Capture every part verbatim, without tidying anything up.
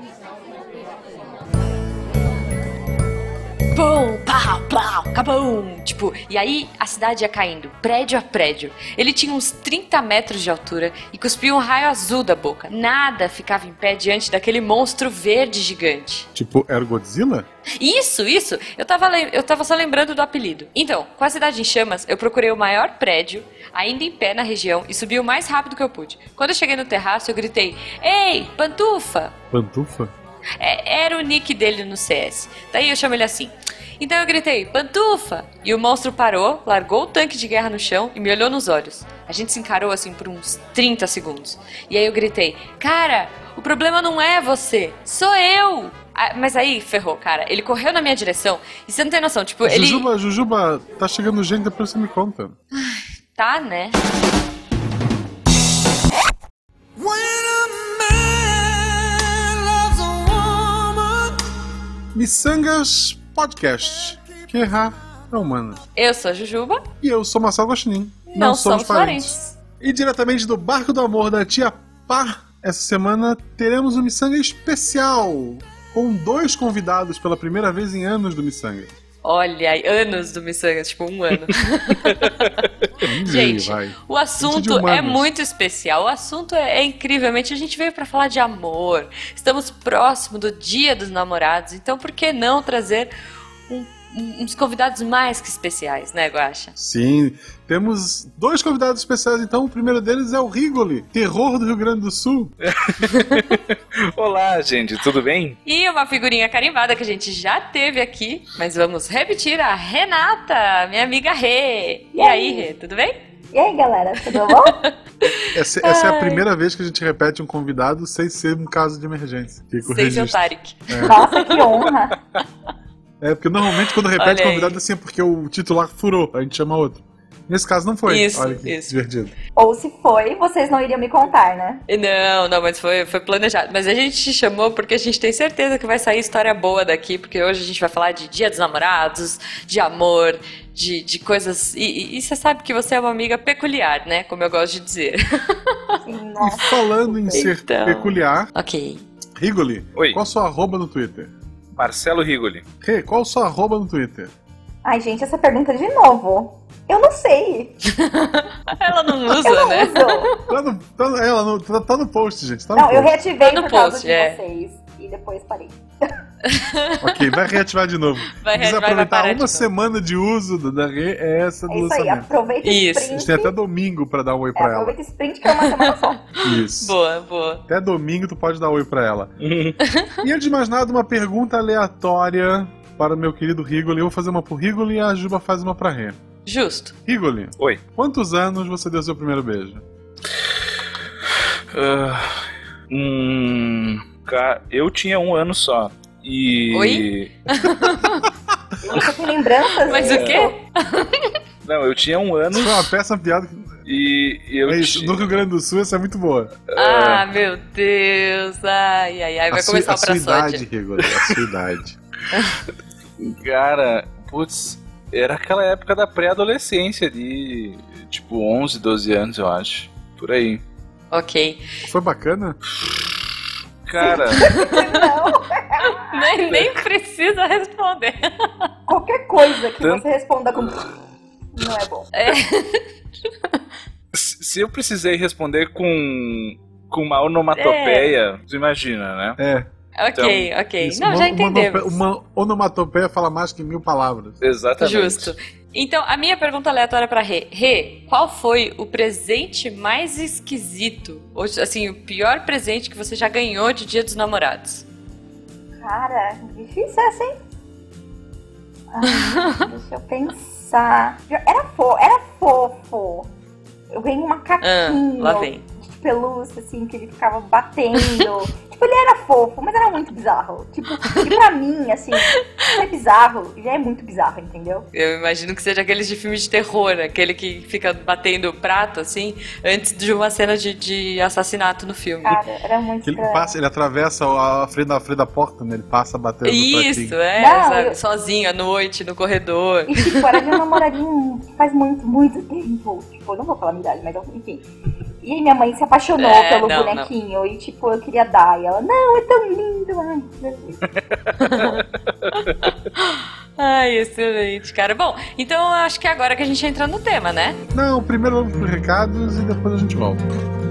Pum, pau, plau, cabum. Tipo, e aí a cidade ia caindo, prédio a prédio. Ele tinha uns trinta metros de altura e cuspia um raio azul da boca. Nada ficava em pé diante daquele monstro verde gigante. Tipo, era o Godzilla? Isso, isso. Eu tava, eu tava só lembrando do apelido. Então, com a cidade em chamas, eu procurei o maior prédio, ainda em pé na região, e subi o mais rápido que eu pude. Quando eu cheguei no terraço, eu gritei: Ei, Pantufa! Pantufa? É, era o nick dele no C S. Daí eu chamo ele assim. Então eu gritei: Pantufa! E o monstro parou, largou o tanque de guerra no chão e me olhou nos olhos. A gente se encarou assim por uns trinta segundos. E aí eu gritei: Cara, o problema não é você, sou eu! Ah, mas aí ferrou, cara. Ele correu na minha direção e você não tem noção, tipo, ele... Jujuba, Jujuba, tá chegando gente, depois você me conta. Tá, né? Missangas Podcast. Que errar é humano. Eu sou a Jujuba. E eu sou Marcelo Guaxinim. Não, não somos parentes. E diretamente do Barco do Amor da Tia Pá, essa semana teremos um Missanga especial, com dois convidados pela primeira vez em anos do Missanga. Olha, anos do Missanga, tipo um ano. Gente, vai. o assunto é muito especial. O assunto é, é incrivelmente... A gente veio pra falar de amor. Estamos próximo do Dia dos Namorados. Então, por que não trazer um, um, uns convidados mais que especiais, né, Guaxa? Sim. Temos dois convidados especiais, então. O primeiro deles é o Rigoli, terror do Rio Grande do Sul. Olá, gente, tudo bem? E uma figurinha carimbada que a gente já teve aqui, mas vamos repetir, a Renata, minha amiga Rê. E, e aí, Rê, tudo bem? E aí, galera, tudo bom? Essa, essa é a primeira vez que a gente repete um convidado sem ser um caso de emergência. Sem ser o Tarek. É. Nossa, que honra. É, porque normalmente quando repete convidado assim é porque o titular furou, a gente chama outro. Nesse caso não foi. Isso, Olha que isso. divertido. Ou se foi, vocês não iriam me contar, né? Não, não, mas foi, foi planejado. Mas a gente te chamou porque a gente tem certeza que vai sair história boa daqui, porque hoje a gente vai falar de Dia dos Namorados, de amor, de, de coisas... E, e você sabe que você é uma amiga peculiar, né? Como eu gosto de dizer. Nossa. E falando em ser Então... peculiar... Ok. Rigoli, Oi. Qual a sua arroba no Twitter? Marcelo Rigoli. Rê, qual a sua arroba no Twitter? Ai, gente, essa pergunta de novo. Eu não sei. Ela não usa, eu não né? Uso. Tá no, tá, ela no, tá, tá no post, gente. Tá não, no eu post. reativei tá no por causa post, de é. vocês. E depois parei. Ok, vai reativar de novo. Vai Precisa reativar, vai aproveitar parar uma de semana de uso da, da Rê, é essa do É isso aí, lançamento. aproveita Isso. esse A sprint. gente tem até domingo pra dar um oi É, pra ela. aproveita esse sprint que é uma semana só. Isso. Boa, boa. Até domingo tu pode dar oi pra ela. E antes de mais nada, uma pergunta aleatória para o meu querido Rigoli. Eu vou fazer uma pro Rigoli e a Juba faz uma pra Rê. Justo. Rigoli, Oi. Quantos anos você deu seu primeiro beijo? Uh, hum, ca- eu tinha um ano só. E... Oi? Você tem lembranças Mas disso? o quê? Não, eu tinha um ano Isso foi uma peça, uma piada. e eu É isso, ti- no Rio Grande do Sul essa é muito boa. Ah, meu Deus. Ai, ai, ai. Vai a sua, começar a o sua pra idade, sódia. Rigoli, a sua idade. Cara, putz, era aquela época da pré-adolescência, de tipo onze, doze anos, eu acho. Por aí. Ok. Foi bacana? Cara, Não. Nem, nem precisa responder. Qualquer coisa que Tanto- você responda com... Não é bom. É. se se eu precisei responder com, com uma onomatopeia, tu imagina, né? É. Ok, ok. Isso, Não, uma, já uma, entendemos. uma onomatopeia fala mais que mil palavras. Exatamente. Justo. Então, a minha pergunta aleatória pra Rê. Rê, qual foi o presente mais esquisito? Ou, assim, o pior presente que você já ganhou de Dia dos Namorados? Cara, difícil essa, hein? Ah, deixa eu pensar. Era, fo era fofo. Eu ganhei um macaquinho Ah, lá vem. de pelúcia, assim, que ele ficava batendo. Tipo, ele era fofo, mas era muito bizarro. Tipo, e pra mim, assim, ser bizarro já é muito bizarro, entendeu? Eu imagino que seja aqueles de filme de terror, aquele que fica batendo prato, assim, antes de uma cena de, de assassinato no filme. Cara, era muito Ele, estranho. passa, ele atravessa a frente da, frente da porta, né? Ele passa batendo no Isso, pratinho. é, Não, sabe? eu- Sozinho, à noite, no corredor. E tipo, era de um namoradinho faz muito, muito tempo. Tipo, eu não vou falar a minha idade, mas enfim. E aí minha mãe se apaixonou É, pelo não, bonequinho. E tipo, eu queria dar. E ela, não, é tão lindo. Ai, meu Deus. Ai, excelente, cara. Bom, então eu acho que é agora que a gente entra no tema, né? Não, primeiro vamos pros recados e depois a gente volta.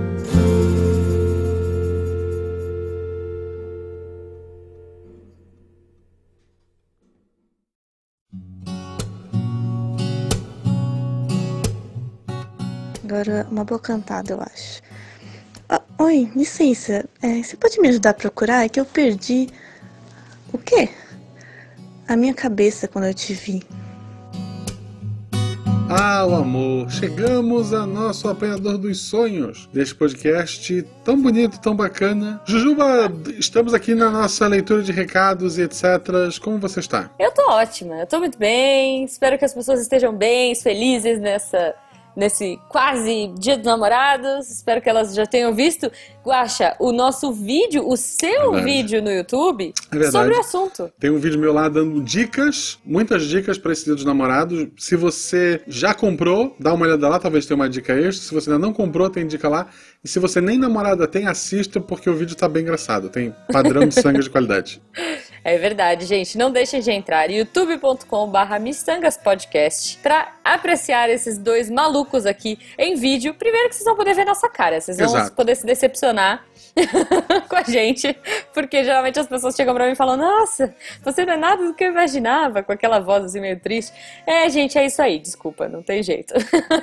Agora, uma boa cantada, eu acho. Ah, oi, licença. É, você pode me ajudar a procurar? É que eu perdi... O quê? A minha cabeça quando eu te vi. Ah, o amor, chegamos a nosso apanhador dos sonhos deste podcast tão bonito, tão bacana. Jujuba, estamos aqui na nossa leitura de recados e etcétera. Como você está? Eu tô ótima, eu tô muito bem. Espero que as pessoas estejam bem, felizes nessa... nesse quase Dia dos Namorados. Espero que elas já tenham visto, Guaxa, o nosso vídeo, o seu Verdade. vídeo no YouTube É sobre o assunto. Tem um vídeo meu lá dando dicas, muitas dicas para esse Dia dos Namorados. Se você já comprou, dá uma olhada lá, talvez tenha uma dica extra. Se você ainda não comprou, tem dica lá. E se você nem namorada tem, assista, porque o vídeo tá bem engraçado. Tem padrão de sangue de qualidade. É verdade, gente. Não deixem de entrar youtube ponto com barra miçangas podcast pra apreciar esses dois malucos aqui em vídeo. Primeiro que vocês vão poder ver nossa cara. Vocês vão Exato. poder se decepcionar com a gente. Porque geralmente as pessoas chegam pra mim e falam: nossa, você não é nada do que eu imaginava, com aquela voz assim meio triste. É, gente, é isso aí. Desculpa, não tem jeito.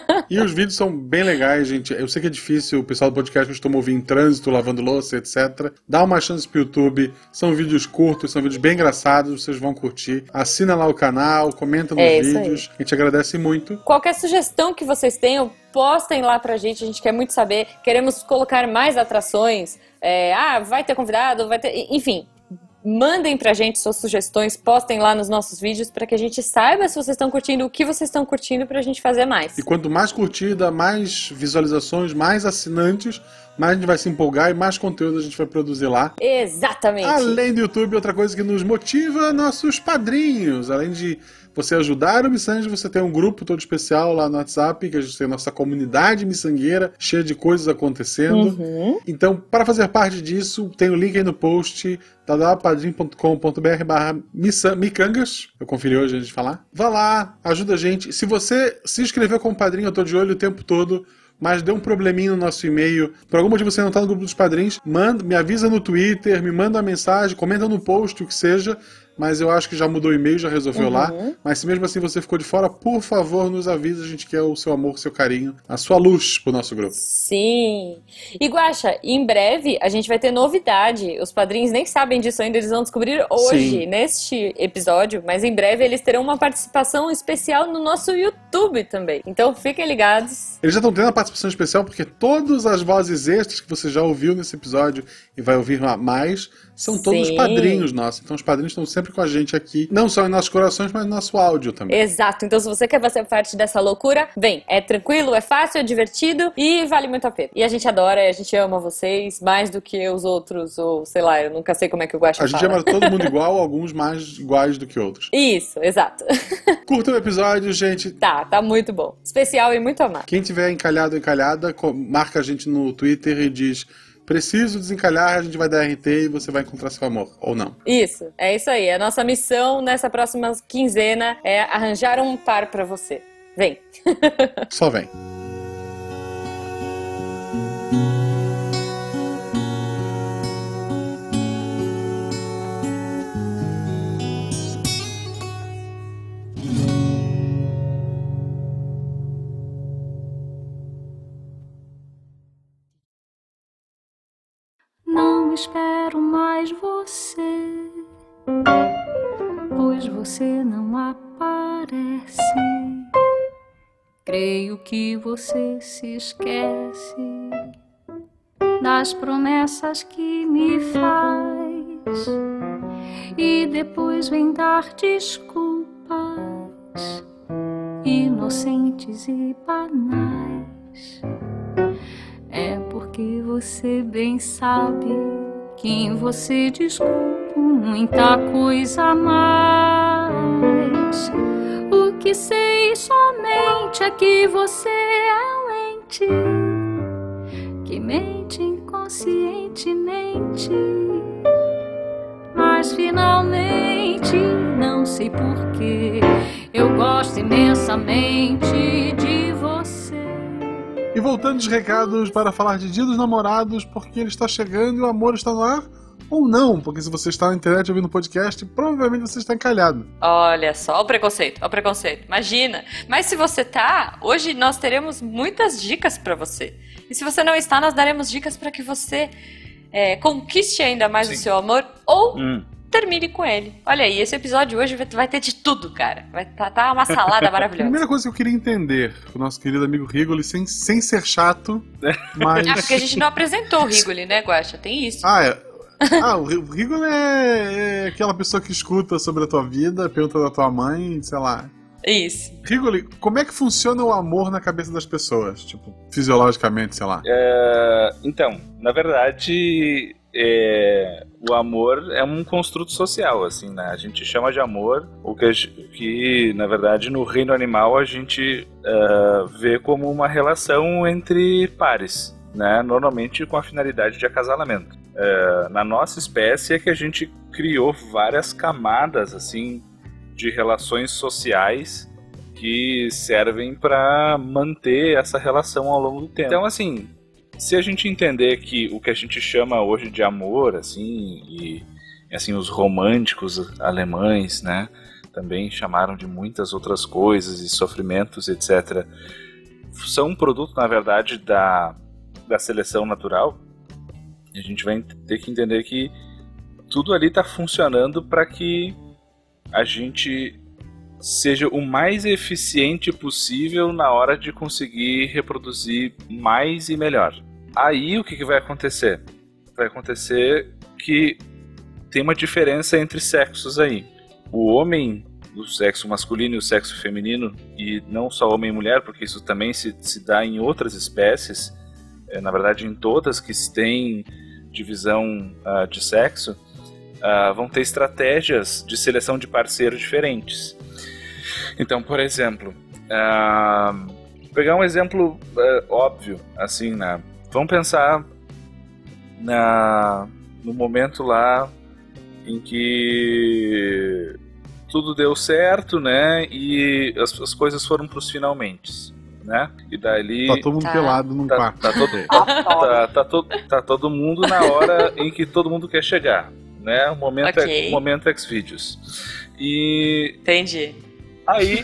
E os vídeos são bem legais, gente. Eu sei que é difícil, o pessoal do podcast costuma ouvir em trânsito, lavando louça, etcétera. Dá uma chance pro YouTube. São vídeos curtos, são vídeos bem engraçados, vocês vão curtir. Assina lá o canal, comenta nos É isso aí. vídeos. A gente agradece muito. Qualquer sugestão que vocês tenham, postem lá pra gente, a gente quer muito saber. Queremos colocar mais atrações. É, ah, vai ter convidado, vai ter... Enfim, mandem pra gente suas sugestões, postem lá nos nossos vídeos pra que a gente saiba se vocês estão curtindo, o que vocês estão curtindo, pra gente fazer mais. E quanto mais curtida, mais visualizações, mais assinantes, mais a gente vai se empolgar e mais conteúdo a gente vai produzir lá. Exatamente. Além do YouTube, outra coisa que nos motiva, nossos padrinhos. Além de você ajudar o Missangas, você tem um grupo todo especial lá no WhatsApp, que a gente tem a nossa comunidade miçangueira, cheia de coisas acontecendo. Uhum. Então, para fazer parte disso, tem o link aí no post, padrim ponto com ponto br barra micangas. Eu conferi hoje antes de falar. Vá lá, ajuda a gente. Se você se inscreveu como padrinho, eu tô de olho o tempo todo, mas deu um probleminha no nosso e-mail, por algum motivo você não tá no grupo dos padrinhos, manda, me avisa no Twitter, me manda uma mensagem, comenta no post, o que seja, mas eu acho que já mudou o e-mail, já resolveu Uhum. lá. Mas se mesmo assim você ficou de fora, por favor, nos avisa, a gente quer o seu amor, o seu carinho, a sua luz pro nosso grupo. Sim. E Guaxa, em breve a gente vai ter novidade. Os padrinhos nem sabem disso ainda, eles vão descobrir hoje, Sim. neste episódio, mas em breve eles terão uma participação especial no nosso YouTube também. Então fiquem ligados. Eles já estão tendo a participação especial porque todas as vozes extras que você já ouviu nesse episódio e vai ouvir mais, são todos Sim. padrinhos nossos. Então os padrinhos estão sempre com a gente aqui, não só em nossos corações, mas no nosso áudio também. Exato. Então se você quer fazer parte dessa loucura, vem. É tranquilo, é fácil, é divertido e vale muito a pena. E a gente adora, a gente ama vocês mais do que os outros, ou sei lá, eu nunca sei como é que o Guaxa A gente fala. ama todo mundo igual, alguns mais iguais do que outros. Isso, exato. Curta o episódio, gente. Tá, tá muito bom. Especial e muito amado. Quem tiver encalhado ou encalhada, co- marca a gente no Twitter e diz: preciso desencalhar, a gente vai dar R T e você vai encontrar seu amor. Ou não. Isso, é isso aí. A nossa missão nessa próxima quinzena é arranjar um par pra você. Vem. Só vem. Não espero mais você, pois você não aparece. Creio que você se esquece das promessas que me faz e depois vem dar desculpas inocentes e banais. É porque você bem sabe que em você desculpo muita coisa a mais. O que sei somente é que você é lente que mente inconscientemente. Mas finalmente, não sei porquê, eu gosto imensamente de você. E voltando os recados para falar de Dia dos Namorados, porque ele está chegando e o amor está no ar, ou não, porque se você está na internet ouvindo podcast, provavelmente você está encalhado. Olha só, o preconceito, o preconceito, imagina. Mas se você tá, hoje nós teremos muitas dicas pra você. E se você não está, nós daremos dicas pra que você é, conquiste ainda mais Sim. o seu amor ou hum. termine com ele. Olha aí, esse episódio hoje vai ter de tudo, cara. Vai tá, tá uma salada maravilhosa. A primeira coisa que eu queria entender, o nosso querido amigo Rigoli, sem, sem ser chato, mas... Ah, porque a gente não apresentou o Rigoli, né, Guaxa? Tem isso. Ah, é. Ah, o Rigoli é, é aquela pessoa que escuta sobre a tua vida, pergunta da tua mãe, sei lá. Isso. Rigoli, como é que funciona o amor na cabeça das pessoas? Tipo, fisiologicamente, sei lá. É, então, na verdade, é, o amor é um construto social, assim, né? A gente chama de amor o que, que na verdade, no reino animal a gente uh, vê como uma relação entre pares, né? Normalmente com a finalidade de acasalamento. Uh, na nossa espécie é que a gente criou várias camadas, assim, de relações sociais que servem para manter essa relação ao longo do tempo. Então, assim, se a gente entender que o que a gente chama hoje de amor, assim, e assim, os românticos alemães, né, também chamaram de muitas outras coisas e sofrimentos, etcétera, são um produto, na verdade, da, da seleção natural. E a gente vai ter que entender que tudo ali está funcionando para que a gente seja o mais eficiente possível na hora de conseguir reproduzir mais e melhor. Aí o que, que vai acontecer? Vai acontecer que tem uma diferença entre sexos aí. O homem, o sexo masculino e o sexo feminino, e não só homem e mulher, porque isso também se, se dá em outras espécies, é, na verdade em todas que têm divisão uh, de sexo, uh, vão ter estratégias de seleção de parceiros diferentes. Então, por exemplo, uh, pegar um exemplo uh, óbvio, assim, né? Vamos pensar na, no momento lá em que tudo deu certo, né? E as, as coisas foram para os finalmente, né? E dali... Tá todo mundo tá. pelado num tá, quarto. Tá todo, tá, tá, to, tá todo mundo na hora em que todo mundo quer chegar, né? O momento, okay. é, momento Xvideos. E... Entendi. Aí...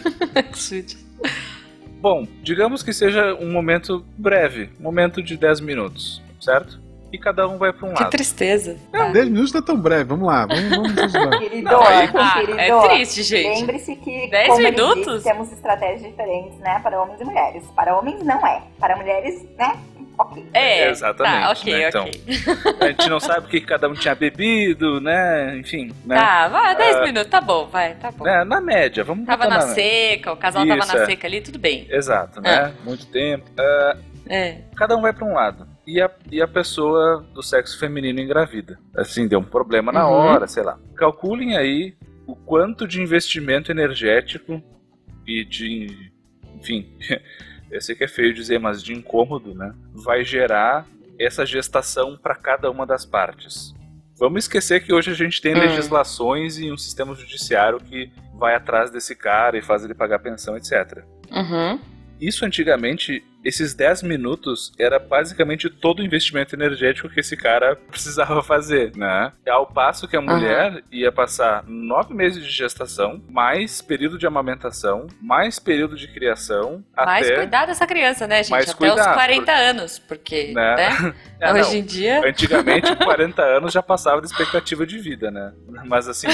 Bom, digamos que seja um momento breve, um momento de dez minutos, certo? E cada um vai para um que lado. Que tristeza. É, dez minutos não é tão breve, vamos lá, vamos, vamos Querido, Não, aí- Ah, querido, é triste, gente. lembre-se que dez como ele minutos? disse, temos estratégias diferentes, né, para homens e mulheres. Para homens não é, para mulheres, né, ok. É, Exatamente, tá, ok, né? Então, ok. a gente não sabe o que cada um tinha bebido, né? Enfim, né? Tá, vai, dez Ah, minutos, tá bom, vai, tá bom. né? Na média, vamos Tava botar na seca, o casal Isso, tava na é. seca ali, tudo bem. Exato, né? Muito tempo. Ah, É. cada um vai para um lado. E a, e a pessoa do sexo feminino engravida. Assim, deu um problema na Uhum. hora, sei lá. Calculem aí o quanto de investimento energético e de... Enfim, eu sei que é feio dizer, mas de incômodo, né? Vai gerar essa gestação para cada uma das partes. Vamos esquecer que hoje a gente tem Hum. legislações e um sistema judiciário que vai atrás desse cara e faz ele pagar pensão, etcétera. Uhum. Isso antigamente, esses dez minutos era basicamente todo o investimento energético que esse cara precisava fazer, né? Ao passo que a mulher ia passar nove meses de gestação, mais período de amamentação, mais período de criação, Mais até... cuidar dessa criança, né, gente? Mais Até cuidar, os quarenta por- anos, porque, Né? né? É, não. Hoje em dia... Antigamente, quarenta anos já passava da expectativa de vida, né? Mas assim,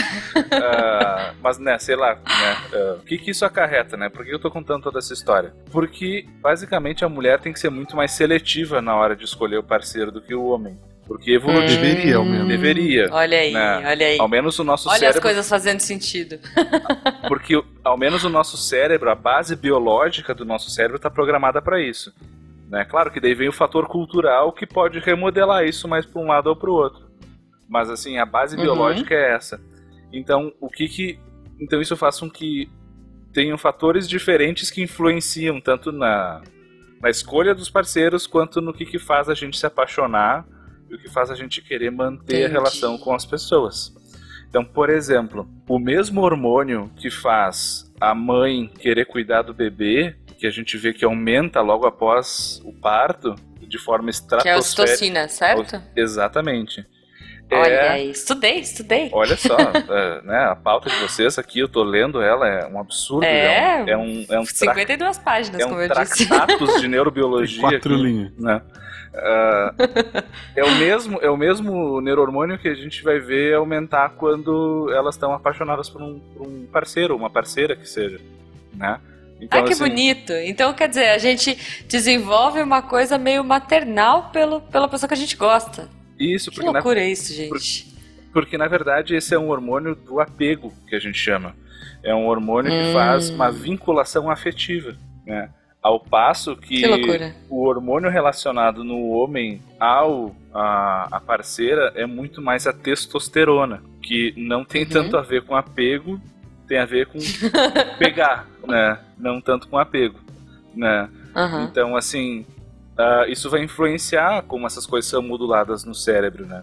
ah, mas né, sei lá, né? ah, o que que isso acarreta, né? Por que eu tô contando toda essa história? Porque, basicamente, a mulher tem que ser muito mais seletiva na hora de escolher o parceiro do que o homem. Porque evolutivo Deveria, ao menos. deveria. Olha aí, né? olha aí. Ao menos o nosso Olha as cérebro... coisas fazendo sentido. Porque ao menos o nosso cérebro, a base biológica do nosso cérebro está programada para isso. Né? Claro que daí vem o fator cultural que pode remodelar isso mais para um lado ou para o outro. Mas assim, a base Uhum. biológica é essa. Então, o que que... Então isso faz com que tenham fatores diferentes que influenciam tanto na, na escolha dos parceiros, quanto no que, que faz a gente se apaixonar e o que faz a gente querer manter Entendi. a relação com as pessoas. Então, por exemplo, o mesmo hormônio que faz a mãe querer cuidar do bebê, que a gente vê que aumenta logo após o parto, de forma Que é a estratosférica. ocitocina, certo? Exatamente. Olha É- aí, estudei, estudei. Olha só, é, né, a pauta de vocês aqui, eu tô lendo ela, é um absurdo. É, um, é um, é um, tra- cinquenta e duas páginas, é como um eu disse. tratados de neurobiologia. Quatro aqui, linhas. né? Ah, é, o mesmo, é o mesmo neurohormônio que a gente vai ver aumentar quando elas estão apaixonadas por um, por um parceiro, uma parceira que seja, né? Então, Ah, que assim, bonito. Então, quer dizer, a gente desenvolve uma coisa meio maternal pelo, pela pessoa que a gente gosta. Isso, Que porque na, loucura isso, gente. porque na verdade esse é um hormônio do apego que a gente chama. É um hormônio que Hum. faz uma vinculação afetiva, né? Ao passo que, Que loucura. o hormônio relacionado no homem ao a, a parceira é muito mais a testosterona, que não tem Uhum. tanto a ver com apego, tem a ver com pegar, né? Não tanto com apego, né? Aham. Então, assim, ah, isso vai influenciar como essas coisas são moduladas no cérebro, né?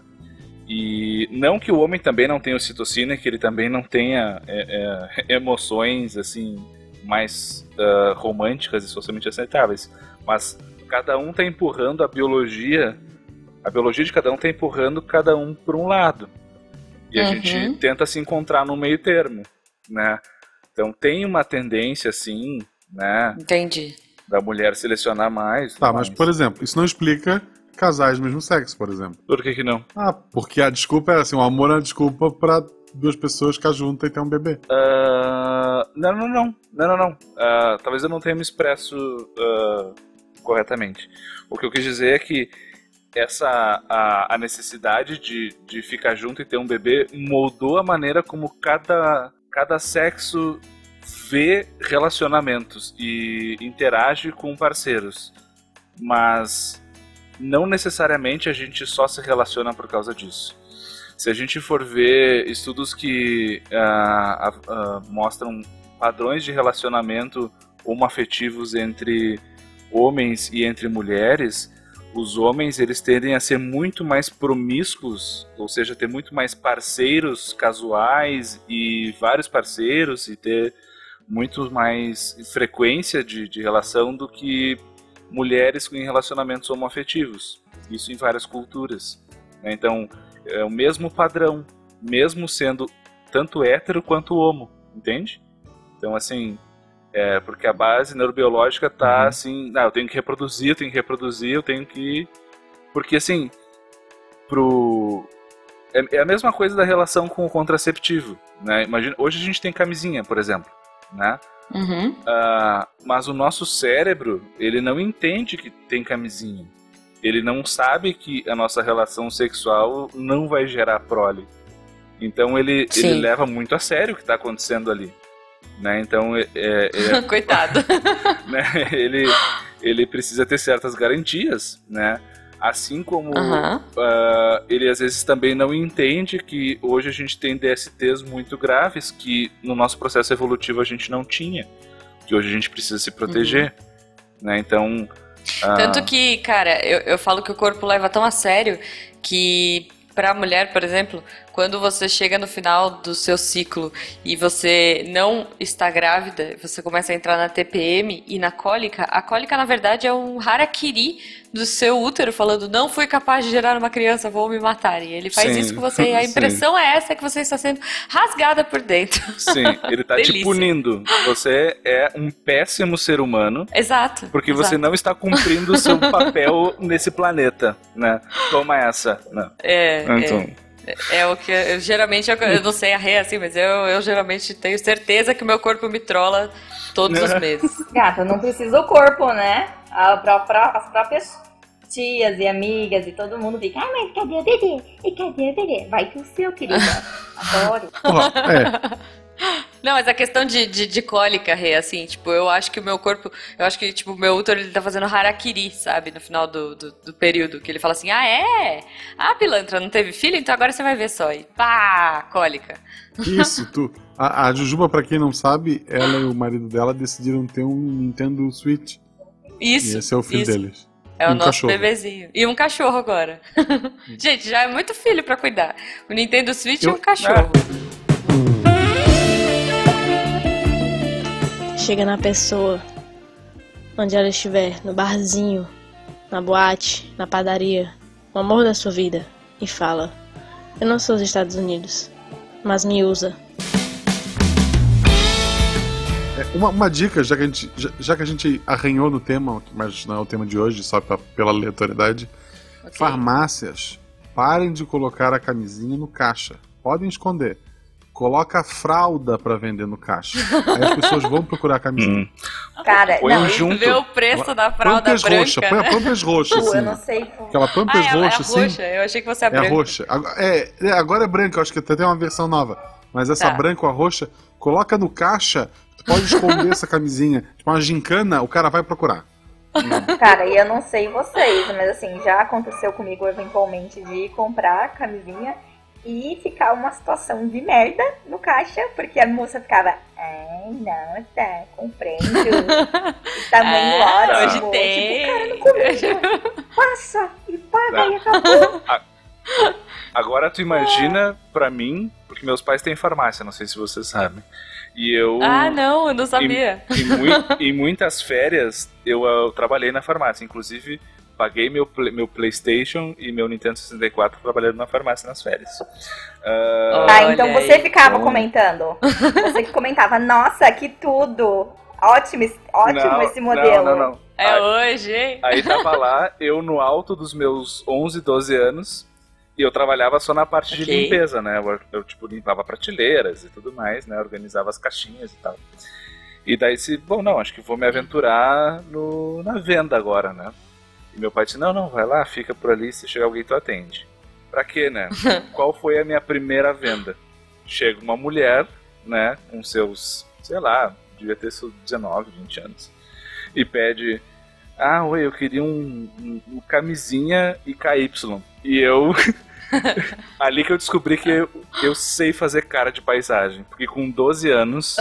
E não que o homem também não tenha ocitocina, que ele também não tenha é, é, emoções, assim, mais ah, românticas e socialmente aceitáveis. Mas cada um tá empurrando a biologia, a biologia de cada um tá empurrando cada um por um lado. E a Uhum. gente tenta se encontrar no meio termo, né? Então tem uma tendência, assim, né, Entendi. da mulher selecionar mais. Tá, mas por exemplo, isso não explica casais do mesmo sexo, por exemplo. Por que que não? Ah, porque a desculpa é assim, o amor é uma desculpa pra duas pessoas ficar juntas e ter um bebê. Ah, não, não, não. Não, não, não. Ah, talvez eu não tenha me expresso ah, corretamente. O que eu quis dizer é que essa, a, a necessidade de, de ficar junto e ter um bebê moldou a maneira como cada, cada sexo vê relacionamentos e interage com parceiros. Mas não necessariamente a gente só se relaciona por causa disso. Se a gente for ver estudos que ah, ah, ah, mostram padrões de relacionamento homoafetivos entre homens e entre mulheres, os homens eles tendem a ser muito mais promíscuos, ou seja, ter muito mais parceiros casuais e vários parceiros e ter muito mais frequência de, de relação do que mulheres em relacionamentos homoafetivos. Isso em várias culturas, né? Então, é o mesmo padrão, mesmo sendo tanto hétero quanto homo, entende? Então, assim, é porque a base neurobiológica tá Uhum. assim, não, eu tenho que reproduzir, eu tenho que reproduzir, eu tenho que... Porque, assim, pro... É, é a mesma coisa da relação com o contraceptivo, né? Imagina, hoje a gente tem camisinha, por exemplo, né? Uhum. Ah, mas o nosso cérebro, ele não entende que tem camisinha. Ele não sabe que a nossa relação sexual não vai gerar prole. Então ele, Sim. ele leva muito a sério o que está acontecendo ali, né? Então é, é- é- Coitado. né? ele, ele precisa ter certas garantias, né? Assim como Aham. ah, ele às vezes também não entende que hoje a gente tem D S Ts muito graves que no nosso processo evolutivo a gente não tinha, que hoje a gente precisa se proteger, né? Então ah, Tanto que, cara, eu, eu falo que o corpo leva tão a sério que pra mulher, por exemplo, quando você chega no final do seu ciclo e você não está grávida, você começa a entrar na T P M e na cólica, a cólica na verdade é um harakiri do seu útero falando não fui capaz de gerar uma criança, vou me matar. E ele faz Sim, isso com você e a sim. impressão é essa, que você está sendo rasgada por dentro. sim, ele tá te Delícia. punindo. Você é um péssimo ser humano Exato. porque exato. você não está cumprindo o seu papel nesse planeta, né? Toma essa, né? É, Então, é. É o que eu, eu geralmente, eu, eu não sei a ré assim, mas eu, eu geralmente tenho certeza que o meu corpo me trola todos os meses. Gata, não precisa o corpo, né? A, pra, pra, as próprias tias e amigas e todo mundo fica, ai, mas cadê o bebê? E cadê o bebê? Vai que o seu, querida. Adoro. Ó, é, Não, mas a questão de, de, de cólica, Rê, assim, tipo, eu acho que o meu corpo, eu acho que, tipo, o meu útero, ele tá fazendo harakiri, sabe, no final do, do, do período, que ele fala assim, ah, é? Ah, pilantra, não teve filho? Então agora você vai ver só. E pá, cólica. isso, tu. A, a Jujuba, pra quem não sabe, ela e o marido dela decidiram ter um Nintendo Switch. Isso. E esse é o filho isso. deles. É o Um nosso cachorro. bebezinho. E um cachorro agora. Gente, já é muito filho pra cuidar. O Nintendo Switch e Eu- um cachorro. Chega na pessoa, onde ela estiver, no barzinho, na boate, na padaria, o amor da sua vida, e fala: eu não sou os Estados Unidos, mas me usa. É, Uma, uma dica, já que, a gente, já, já que a gente arranhou no tema, mas não é o tema de hoje, só pra, pela aleatoriedade. Ok. Farmácias, parem de colocar a camisinha no caixa. Podem esconder. Coloca a fralda pra vender no caixa. Aí as pessoas vão procurar a camisinha. Hum. Cara, Põe não, um junto. Vê o preço da fralda Pampers branca. roxa, põe a né? Pampers roxa, eu assim. não sei. Aquela Ah, Pampers é, roxa, é assim. roxa. Eu achei que você é É branca. roxa. Agora- É, é, agora é branca, eu acho que até tem uma versão nova. Mas essa Tá. branca ou a roxa, coloca no caixa, tu pode esconder essa camisinha. Tipo uma gincana, o cara vai procurar. Cara, e eu não sei vocês, mas assim, já aconteceu comigo eventualmente de comprar camisinha e ficar uma situação de merda no caixa, porque a moça ficava, ai, nossa, comprei o tamanho Ah, ótimo. hoje tem. Tipo, cara, não comigo. Passa e paga e acabou. Agora tu imagina pra mim, porque meus pais têm farmácia, não sei se você sabe. E eu. Ah, não, eu não sabia. Em, em mui- em muitas férias eu, eu trabalhei na farmácia. Inclusive, paguei meu, play- meu PlayStation e meu Nintendo sessenta e quatro trabalhando na farmácia nas férias. Ah, Ah, então Olha você aí. ficava Bom. comentando. Você que comentava, nossa, que tudo. Ótimo, esse- ótimo não, esse modelo. Não, não, não. É Aí- hoje, hein? Aí tava lá, eu no alto dos meus onze, doze anos, e eu trabalhava só na parte de Ok. limpeza, né? Eu, eu, tipo, limpava prateleiras e tudo mais, né? Organizava as caixinhas e tal. E daí, se, bom, não, acho que vou me aventurar no, na venda agora, né? E meu pai disse, não, não, vai lá, fica por ali, se chegar alguém tu atende. Pra quê, né? Qual foi a minha primeira venda? Chega uma mulher, né, com seus, sei lá, devia ter seus dezenove, vinte anos, e pede, ah, oi, eu queria um, um, um camisinha e K Y. E eu, ali que eu descobri que eu, eu sei fazer cara de paisagem, porque com doze anos,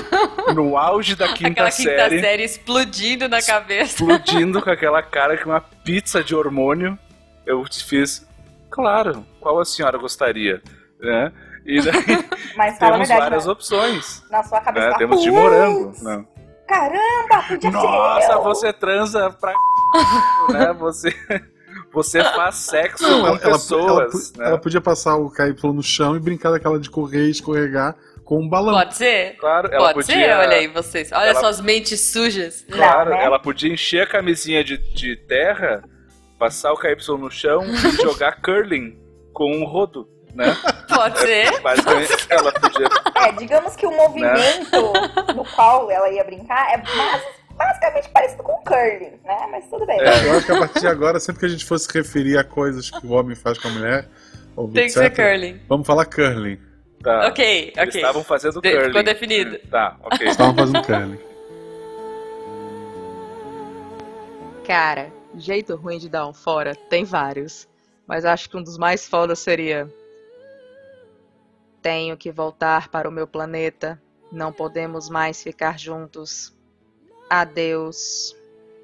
no auge da quinta, Aquela quinta série, série explodindo na cabeça. explodindo com aquela cara com uma pizza de hormônio, eu fiz, claro, qual a senhora gostaria, né? E daí Mas fala a temos verdade, várias né? opções, Na sua cabeça. né? fala, Temos de "Putz, morango, não. Caramba, podia Nossa, ser eu." você transa pra né? Você, você faz sexo Não, com ela, ela, pessoas, ela, né? ela podia passar o K Y no chão e brincar daquela de correr e escorregar com um balão. Pode ser? Claro, ela Pode podia, ser? Olha aí vocês. Olha ela- suas mentes sujas. claro, Não, né? ela podia encher a camisinha de, de terra, passar o K Y no chão e jogar curling com um rodo, né? Pode ser? Basicamente, ela podia. É, digamos que o movimento no qual ela ia brincar é bas- basicamente parecido com curling, né? Mas tudo bem. É. Eu acho que a partir de agora, sempre que a gente fosse referir a coisas que o homem faz com a mulher, ou Tem que ser etcétera, curling. vamos falar curling. Tá. Ok, Eles ok. estavam fazendo De- curling. ficou definido. Tá, ok. Estavam fazendo curling. Cara, jeito ruim de dar um fora, tem vários. Mas acho que um dos mais fodas seria: tenho que voltar para o meu planeta. Não podemos mais ficar juntos. Adeus.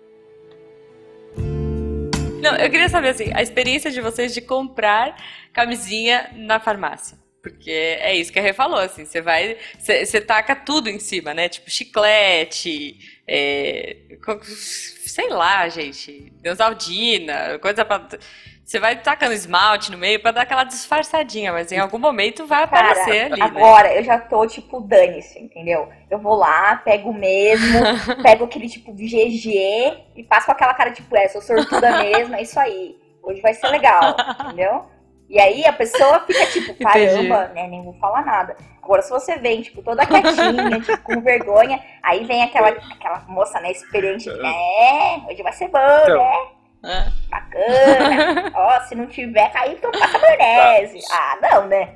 Não, eu queria saber assim, a experiência de vocês de comprar camisinha na farmácia. Porque é isso que a Rê falou, assim, você vai, você você taca tudo em cima, né? Tipo chiclete, é, co- sei lá, gente, Neosaldina, coisa pra... Você vai tacando esmalte no meio pra dar aquela disfarçadinha, mas em algum momento vai Cara, aparecer ali, né? agora eu já tô, tipo, dane-se, entendeu? Eu vou lá, pego mesmo, pego aquele tipo de G G e faço com aquela cara, tipo, é, sou sortuda mesmo, é isso aí. Hoje vai ser legal, entendeu? E aí a pessoa fica tipo, caramba, né, nem vou falar nada. Agora, se você vem, tipo, toda quietinha, tipo, com vergonha, aí vem aquela, aquela moça, né, experiente, é, hoje vai ser bom, Então. né? Ah. Bacana. Ó, se não tiver, aí então passa maionese. Ah, não, né?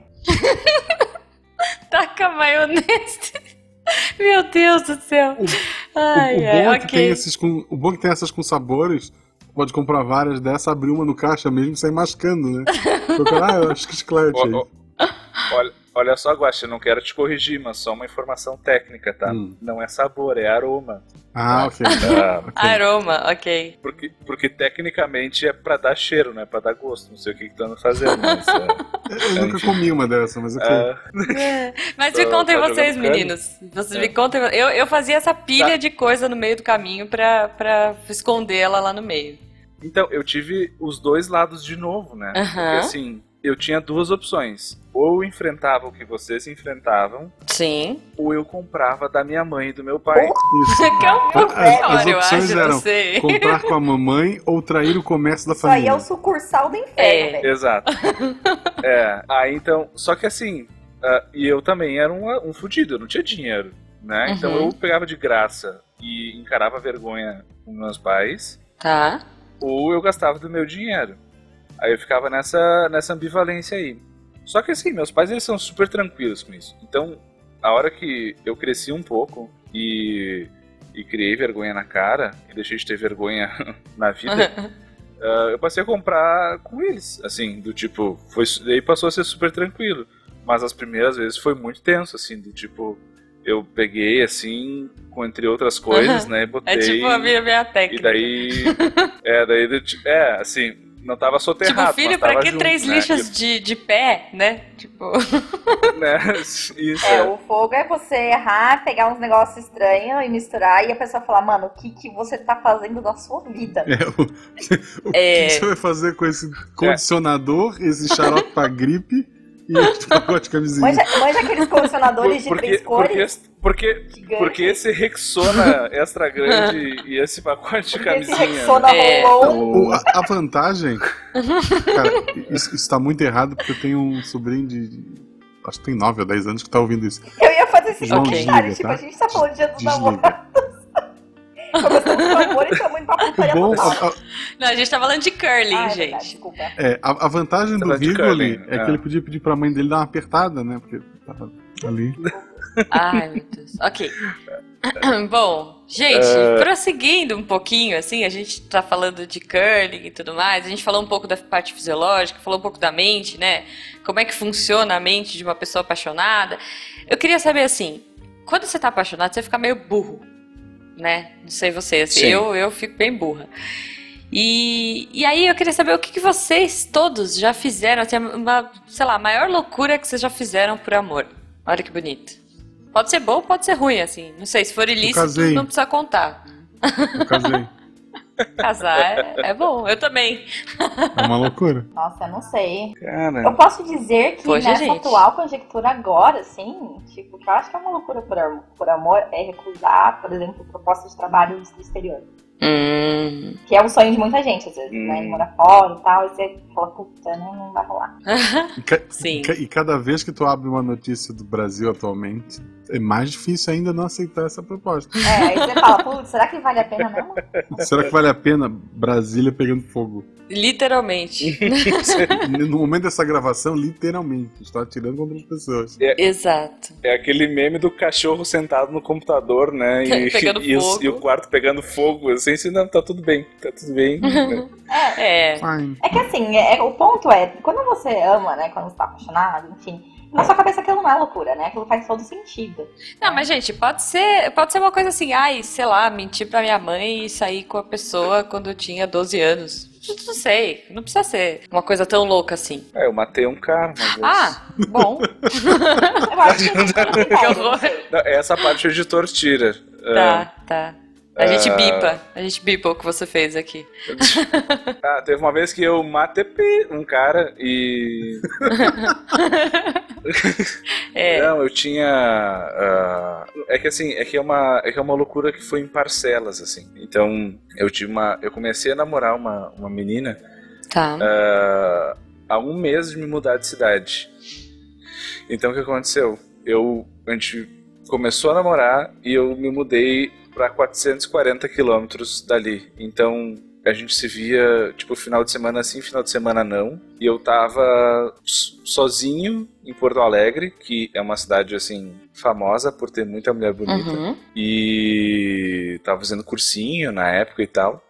Taca maionese. Meu Deus do céu. O, Ai, o bom ai, é que ok. tem esses com, o bom é que tem essas com sabores. Pode comprar várias dessa, abrir uma no caixa mesmo e sair mascando, né? Colocar, ah, eu acho que chiclete Ó, aí. ó, Olha, Olha só, Guaxa, eu não quero te corrigir, mas só uma informação técnica, tá? Hum. Não é sabor, é aroma. Ah, ok. Ah, Ok. Aroma, ok. porque, porque tecnicamente é pra dar cheiro, não é pra dar gosto. Não sei o que que estão fazendo, mas... é, Eu nunca comi uma dessa, mas ok. ah, Mas me Tô- contem tá vocês, jogando meninos. Vocês É. me contem. Eu, eu fazia essa pilha Tá. de coisa no meio do caminho pra, pra esconder ela lá no meio. Então, eu tive os dois lados de novo, né? Aham. Porque assim, eu tinha duas opções. Ou eu enfrentava o que vocês enfrentavam, Sim. ou eu comprava da minha mãe e do meu pai. Isso. Que é um pouco As- as pior, eu opções acho, eram não sei. comprar com a mamãe ou trair o comércio da Isso aí é família. o sucursal do inferno, É. velho. Exato. É, aí então, só que assim, ah, e eu também era um, um fudido, eu não tinha dinheiro, né? Uhum. Então eu pegava de graça e encarava a vergonha com meus pais, Tá. ou eu gastava do meu dinheiro. Aí eu ficava nessa, nessa ambivalência aí. Só que assim, meus pais eles são super tranquilos com isso. Então, a hora que eu cresci um pouco e, e criei vergonha na cara, e deixei de ter vergonha na vida, ah, eu passei a comprar com eles. Assim, do tipo, foi, daí passou a ser super tranquilo. Mas as primeiras vezes foi muito tenso, assim, do tipo, eu peguei assim, com, entre outras coisas, né, e botei. É tipo a minha, minha E técnica. daí. É, daí. do ti- É, assim, não tava soterrado. Tipo, filho, mas pra tava que junto, três né? lixas de, de pé, né? Tipo. Né? Isso. É, É, o fogo é você errar, pegar uns negócios estranhos e misturar e a pessoa falar, mano, o que, que você tá fazendo da sua vida? É, o o É. que você vai fazer com esse condicionador, esse xarope pra gripe e esse pacote de camisinha? Manja, manja aqueles condicionadores de porque, três porque, cores? porque, Gigantes. porque esse Rexona extra grande e esse pacote de Porque esse camisinha. Rexona É. rolou. O- a, a vantagem. Cara, isso, isso tá muito errado porque eu tenho um sobrinho de. de- Acho que tem nove ou dez anos que tá ouvindo isso. Eu ia fazer esse João, comentário, desliga, tipo, tá? a gente tá falando de dia dos Desliga. namorados. Começamos com amor e estamos indo pra putaria Bom, total. a, a- Não, a gente tá falando de curling, Ah, é verdade, gente. desculpa. é, a, a vantagem do Você tá de Rigoli curling, é é. que ele podia pedir pra mãe dele dar uma apertada, né? Porque tava ali. Ai, meu Deus. Ok. Bom, gente, prosseguindo um pouquinho, assim, a gente tá falando de curling e tudo mais, a gente falou um pouco da parte fisiológica, falou um pouco da mente, né? Como é que funciona a mente de uma pessoa apaixonada. Eu queria saber, assim, quando você tá apaixonado, você fica meio burro, né? Não sei você, assim, Sim. eu, eu fico bem burra. E, e aí eu queria saber o que, que vocês todos já fizeram, assim, uma, sei lá, a maior loucura que vocês já fizeram por amor. Olha que bonito. Pode ser bom, pode ser ruim, assim. Não sei, se for ilícito, casei. não precisa contar. Eu casei. Casar é, é bom, eu também. É uma loucura. Nossa, eu não sei. Cara, Eu posso dizer que Poxa, nessa gente. atual conjectura agora, assim, tipo, que eu acho que é uma loucura por, am- por amor, é recusar, por exemplo, propostas de trabalho do exterior. Hum. Que é um sonho de muita gente, às vezes, Hum. né? Morar fora e tal, e você fala, puta, não, não vai rolar. E, ca- Sim. e ca- e cada vez que tu abre uma notícia do Brasil atualmente, é mais difícil ainda não aceitar essa proposta. É, aí você fala, putz, será que vale a pena mesmo? Será que vale a pena Brasília pegando fogo? Literalmente. No momento dessa gravação, literalmente, está atirando contra as pessoas. Exato. é aquele meme do cachorro sentado no computador, né? E, Pegando e, os- fogo. e o quarto pegando fogo. Assim, assim, não, tá tudo bem, tá tudo bem. É. Fine. É que assim, é, é- o ponto é, quando você ama, né, quando você tá apaixonado, enfim, na sua cabeça aquilo não é loucura, né? Aquilo faz todo sentido. Não, mas gente, pode ser, pode ser uma coisa assim, ai, sei lá, mentir pra minha mãe e sair com a pessoa quando eu tinha doze anos. Não sei, não precisa ser uma coisa tão louca assim. É, eu matei um cara uma vez. Ah, bom. Eu acho que não tem Que horror. Não, essa parte o editor tira. Tá, tá. A gente Ah. bipa, a gente bipa o que você fez aqui. Ah, teve uma vez que eu matei um cara e. É. Não, eu tinha. ah, é que assim, é que é, uma, é que é uma loucura que foi em parcelas, assim. Então, eu tive uma. Eu comecei a namorar uma, uma menina Tá. ah, há um mês de me mudar de cidade. Então o que aconteceu? Eu, a gente começou a namorar e eu me mudei para quatrocentos e quarenta quilômetros dali. Então a gente se via tipo final de semana sim, final de semana não. E eu tava s- sozinho em Porto Alegre, que é uma cidade assim famosa por ter muita mulher bonita. Uhum. E tava fazendo cursinho na época e tal.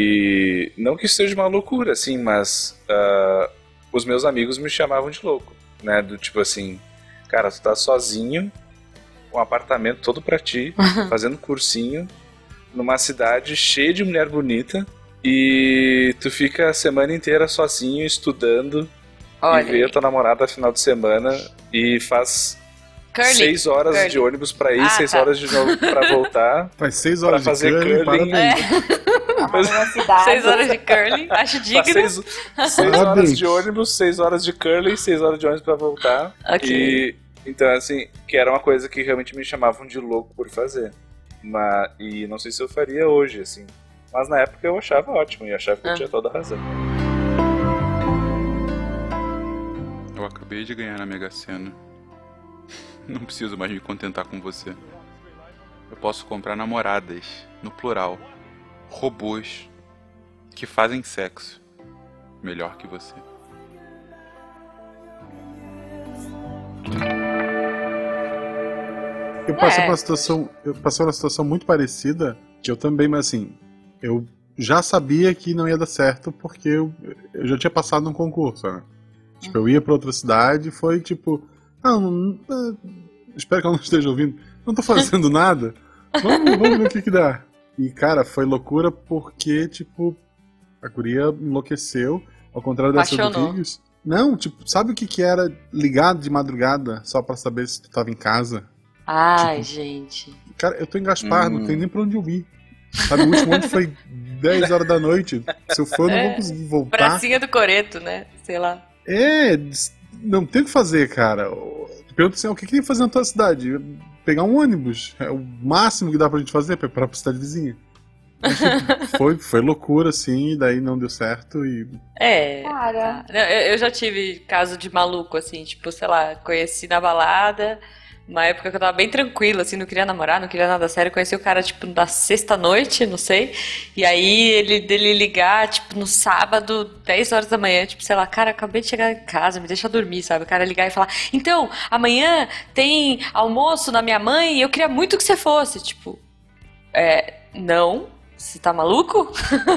E não que isso seja uma loucura, assim, mas ah, os meus amigos me chamavam de louco. né? Do tipo assim, cara, tu tá sozinho, um apartamento todo pra ti, fazendo cursinho, numa cidade cheia de mulher bonita, e tu fica a semana inteira sozinho, estudando, Olha e vê aí. a tua namorada no final de semana, e faz Curling. seis horas Curling. de ônibus pra ir, Ah, seis tá. horas de novo pra voltar. Faz seis Pra horas de fazer curling, curling. parabéns. Arrasou na cidade. Seis horas de curling, acho Faz digno. seis, seis horas Parabéns. de ônibus, seis horas de curling, seis horas de ônibus pra voltar. Ok. E então, assim, que era uma coisa que realmente me chamavam de louco por fazer. Mas, e não sei se eu faria hoje, assim. Mas na época eu achava ótimo e achava que eu Ah. tinha toda a razão. Eu acabei de ganhar na Mega Sena. Não preciso mais me contentar com você. Eu posso comprar namoradas, no plural. Robôs que fazem sexo melhor que você. Eu passei É. por uma situação, eu passei por uma situação muito parecida, que eu também, mas assim, eu já sabia que não ia dar certo porque eu, eu já tinha passado num concurso, né? Tipo, eu ia pra outra cidade e foi tipo, ah, não, ah, espero que ela não esteja ouvindo, não tô fazendo nada, vamos, vamos ver o que que dá. E cara, foi loucura porque, tipo, a guria enlouqueceu, ao contrário dessa do Apaixonou. Rodrigues. Não, tipo, sabe o que que era ligar de madrugada só pra saber se tu tava em casa? Ai, gente. Cara, eu tô em Gaspar, Hum. não tem nem pra onde eu ir. Sabe, o último ano foi dez horas da noite. Se eu for, eu não É, vou conseguir voltar. Pracinha do Coreto, né? Sei lá. É, não tem o que fazer, cara. Pergunta assim, o que que tem que fazer na tua cidade? Pegar um ônibus. É o máximo que dá pra gente fazer pra ir pra cidade vizinha. Mas, tipo, foi, foi loucura, assim, e daí não deu certo e... É. Cara, Não, Eu eu já tive caso de maluco, assim, tipo, sei lá, conheci na balada, uma época que eu tava bem tranquila, assim, não queria namorar, não queria nada sério, conheci o cara, tipo, na sexta-noite, não sei, e aí ele dele ligar, tipo, no sábado, dez horas da manhã, tipo, sei lá, cara, acabei de chegar em casa, me deixa dormir, sabe? O cara ligar e falar, então, amanhã tem almoço na minha mãe e eu queria muito que você fosse, tipo, é, não, você tá maluco?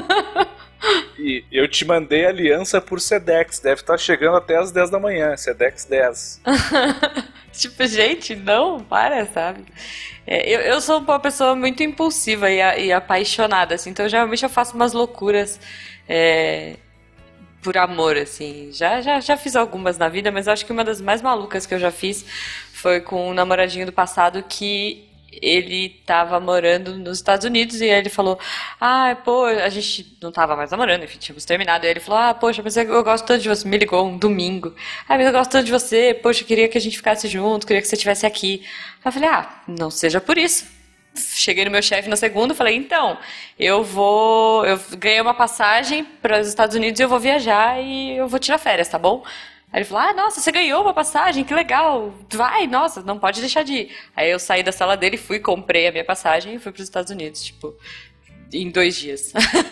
E eu te mandei aliança por Sedex, deve estar chegando até às dez da manhã, Sedex dez. Tipo, gente, não, para, sabe? É, eu, eu sou uma pessoa muito impulsiva e, a- e apaixonada, assim, então geralmente eu faço umas loucuras é, por amor, assim. Já, já, já fiz algumas na vida, mas acho que uma das mais malucas que eu já fiz foi com um namoradinho do passado que ele tava morando nos Estados Unidos e aí ele falou, ah, pô, a gente não tava mais namorando, enfim, tínhamos terminado. E aí ele falou, ah, poxa, mas eu gosto tanto de você. Me ligou um domingo. Ah, mas eu gosto tanto de você, poxa, eu queria que a gente ficasse junto, queria que você estivesse aqui. Aí eu falei, ah, não seja por isso. Cheguei no meu chefe na segunda, falei, então, eu vou, eu ganhei uma passagem para os Estados Unidos e eu vou viajar e eu vou tirar férias, tá bom? Aí ele falou, ah, nossa, você ganhou uma passagem, que legal, vai, nossa, não pode deixar de ir. Aí eu saí da sala dele, fui, comprei a minha passagem e fui para os Estados Unidos, tipo, em dois dias.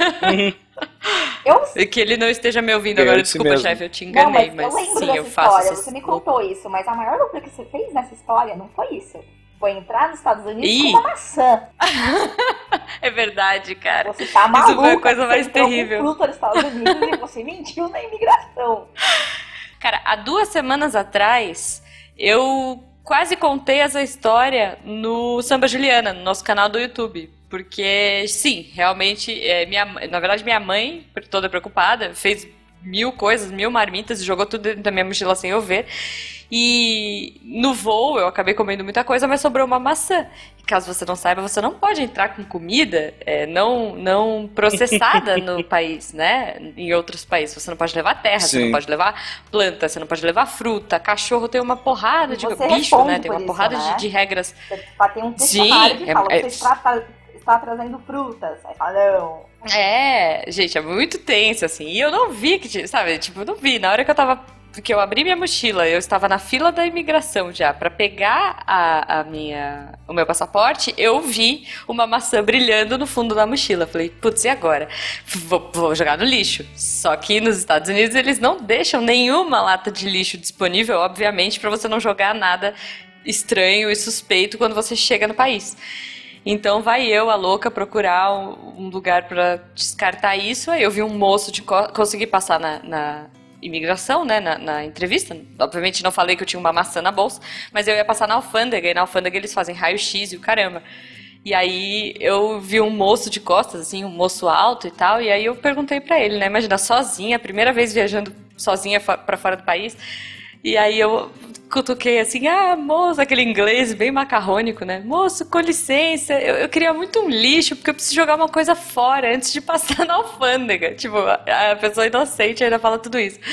eu E que ele não esteja me ouvindo Ganhou agora, de si desculpa, mesmo. chefe, eu te Não, enganei, mas, mas, eu lembro sim, dessa eu faço história. essas Você me loucuras. contou isso, mas a maior loucura que você fez nessa história não foi isso. Foi entrar nos Estados Unidos Ih. com uma maçã. É verdade, cara. Você tá Isso foi a maluca. coisa você mais entrou terrível. com fruta nos Estados Unidos e você mentiu na imigração. Cara, há duas semanas atrás, eu quase contei essa história no Samba Juliana, no nosso canal do YouTube. Porque, sim, realmente, é, minha, na verdade, minha mãe, toda preocupada, fez mil coisas, mil marmitas e jogou tudo dentro da minha mochila sem eu ver. E no voo eu acabei comendo muita coisa, mas sobrou uma maçã. E caso você não saiba, você não pode entrar com comida é, não, não processada no país, né? Em outros países. Você não pode levar terra, você Sim. não pode levar planta, você não pode levar fruta. Cachorro tem uma porrada E de você bicho, responde né? Tem por uma isso, porrada né? de, de regras. Você tem um Sim, questionário que é- fala, é- você está, tra- está trazendo frutas. Aí fala, não. É, gente, é muito tenso, assim. E eu não vi que tinha, sabe? Tipo, eu não vi. Na hora que eu tava. Que eu abri minha mochila, eu estava na fila da imigração já, pra pegar a, a minha, o meu passaporte, eu vi uma maçã brilhando no fundo da mochila. Falei, putz, e agora? Vou, vou jogar no lixo. Só que nos Estados Unidos eles não deixam nenhuma lata de lixo disponível, obviamente, pra você não jogar nada estranho e suspeito quando você chega no país. Então vai eu, a louca, procurar um um lugar pra descartar isso. Aí eu vi um moço de co- consegui passar na, na, imigração, né, na, na entrevista. Obviamente não falei que eu tinha uma maçã na bolsa, mas eu ia passar na alfândega, e na alfândega eles fazem raio-x e o caramba. E aí eu vi um moço de costas, assim, um moço alto e tal, e aí eu perguntei pra ele, né, imagina, sozinha, primeira vez viajando sozinha pra fora do país, e aí eu cutuquei assim, ah, moço, aquele inglês bem macarrônico, né? Moço, com licença, eu, eu queria muito um lixo, porque eu preciso jogar uma coisa fora antes de passar na alfândega. Tipo, a, a pessoa inocente ainda fala tudo isso.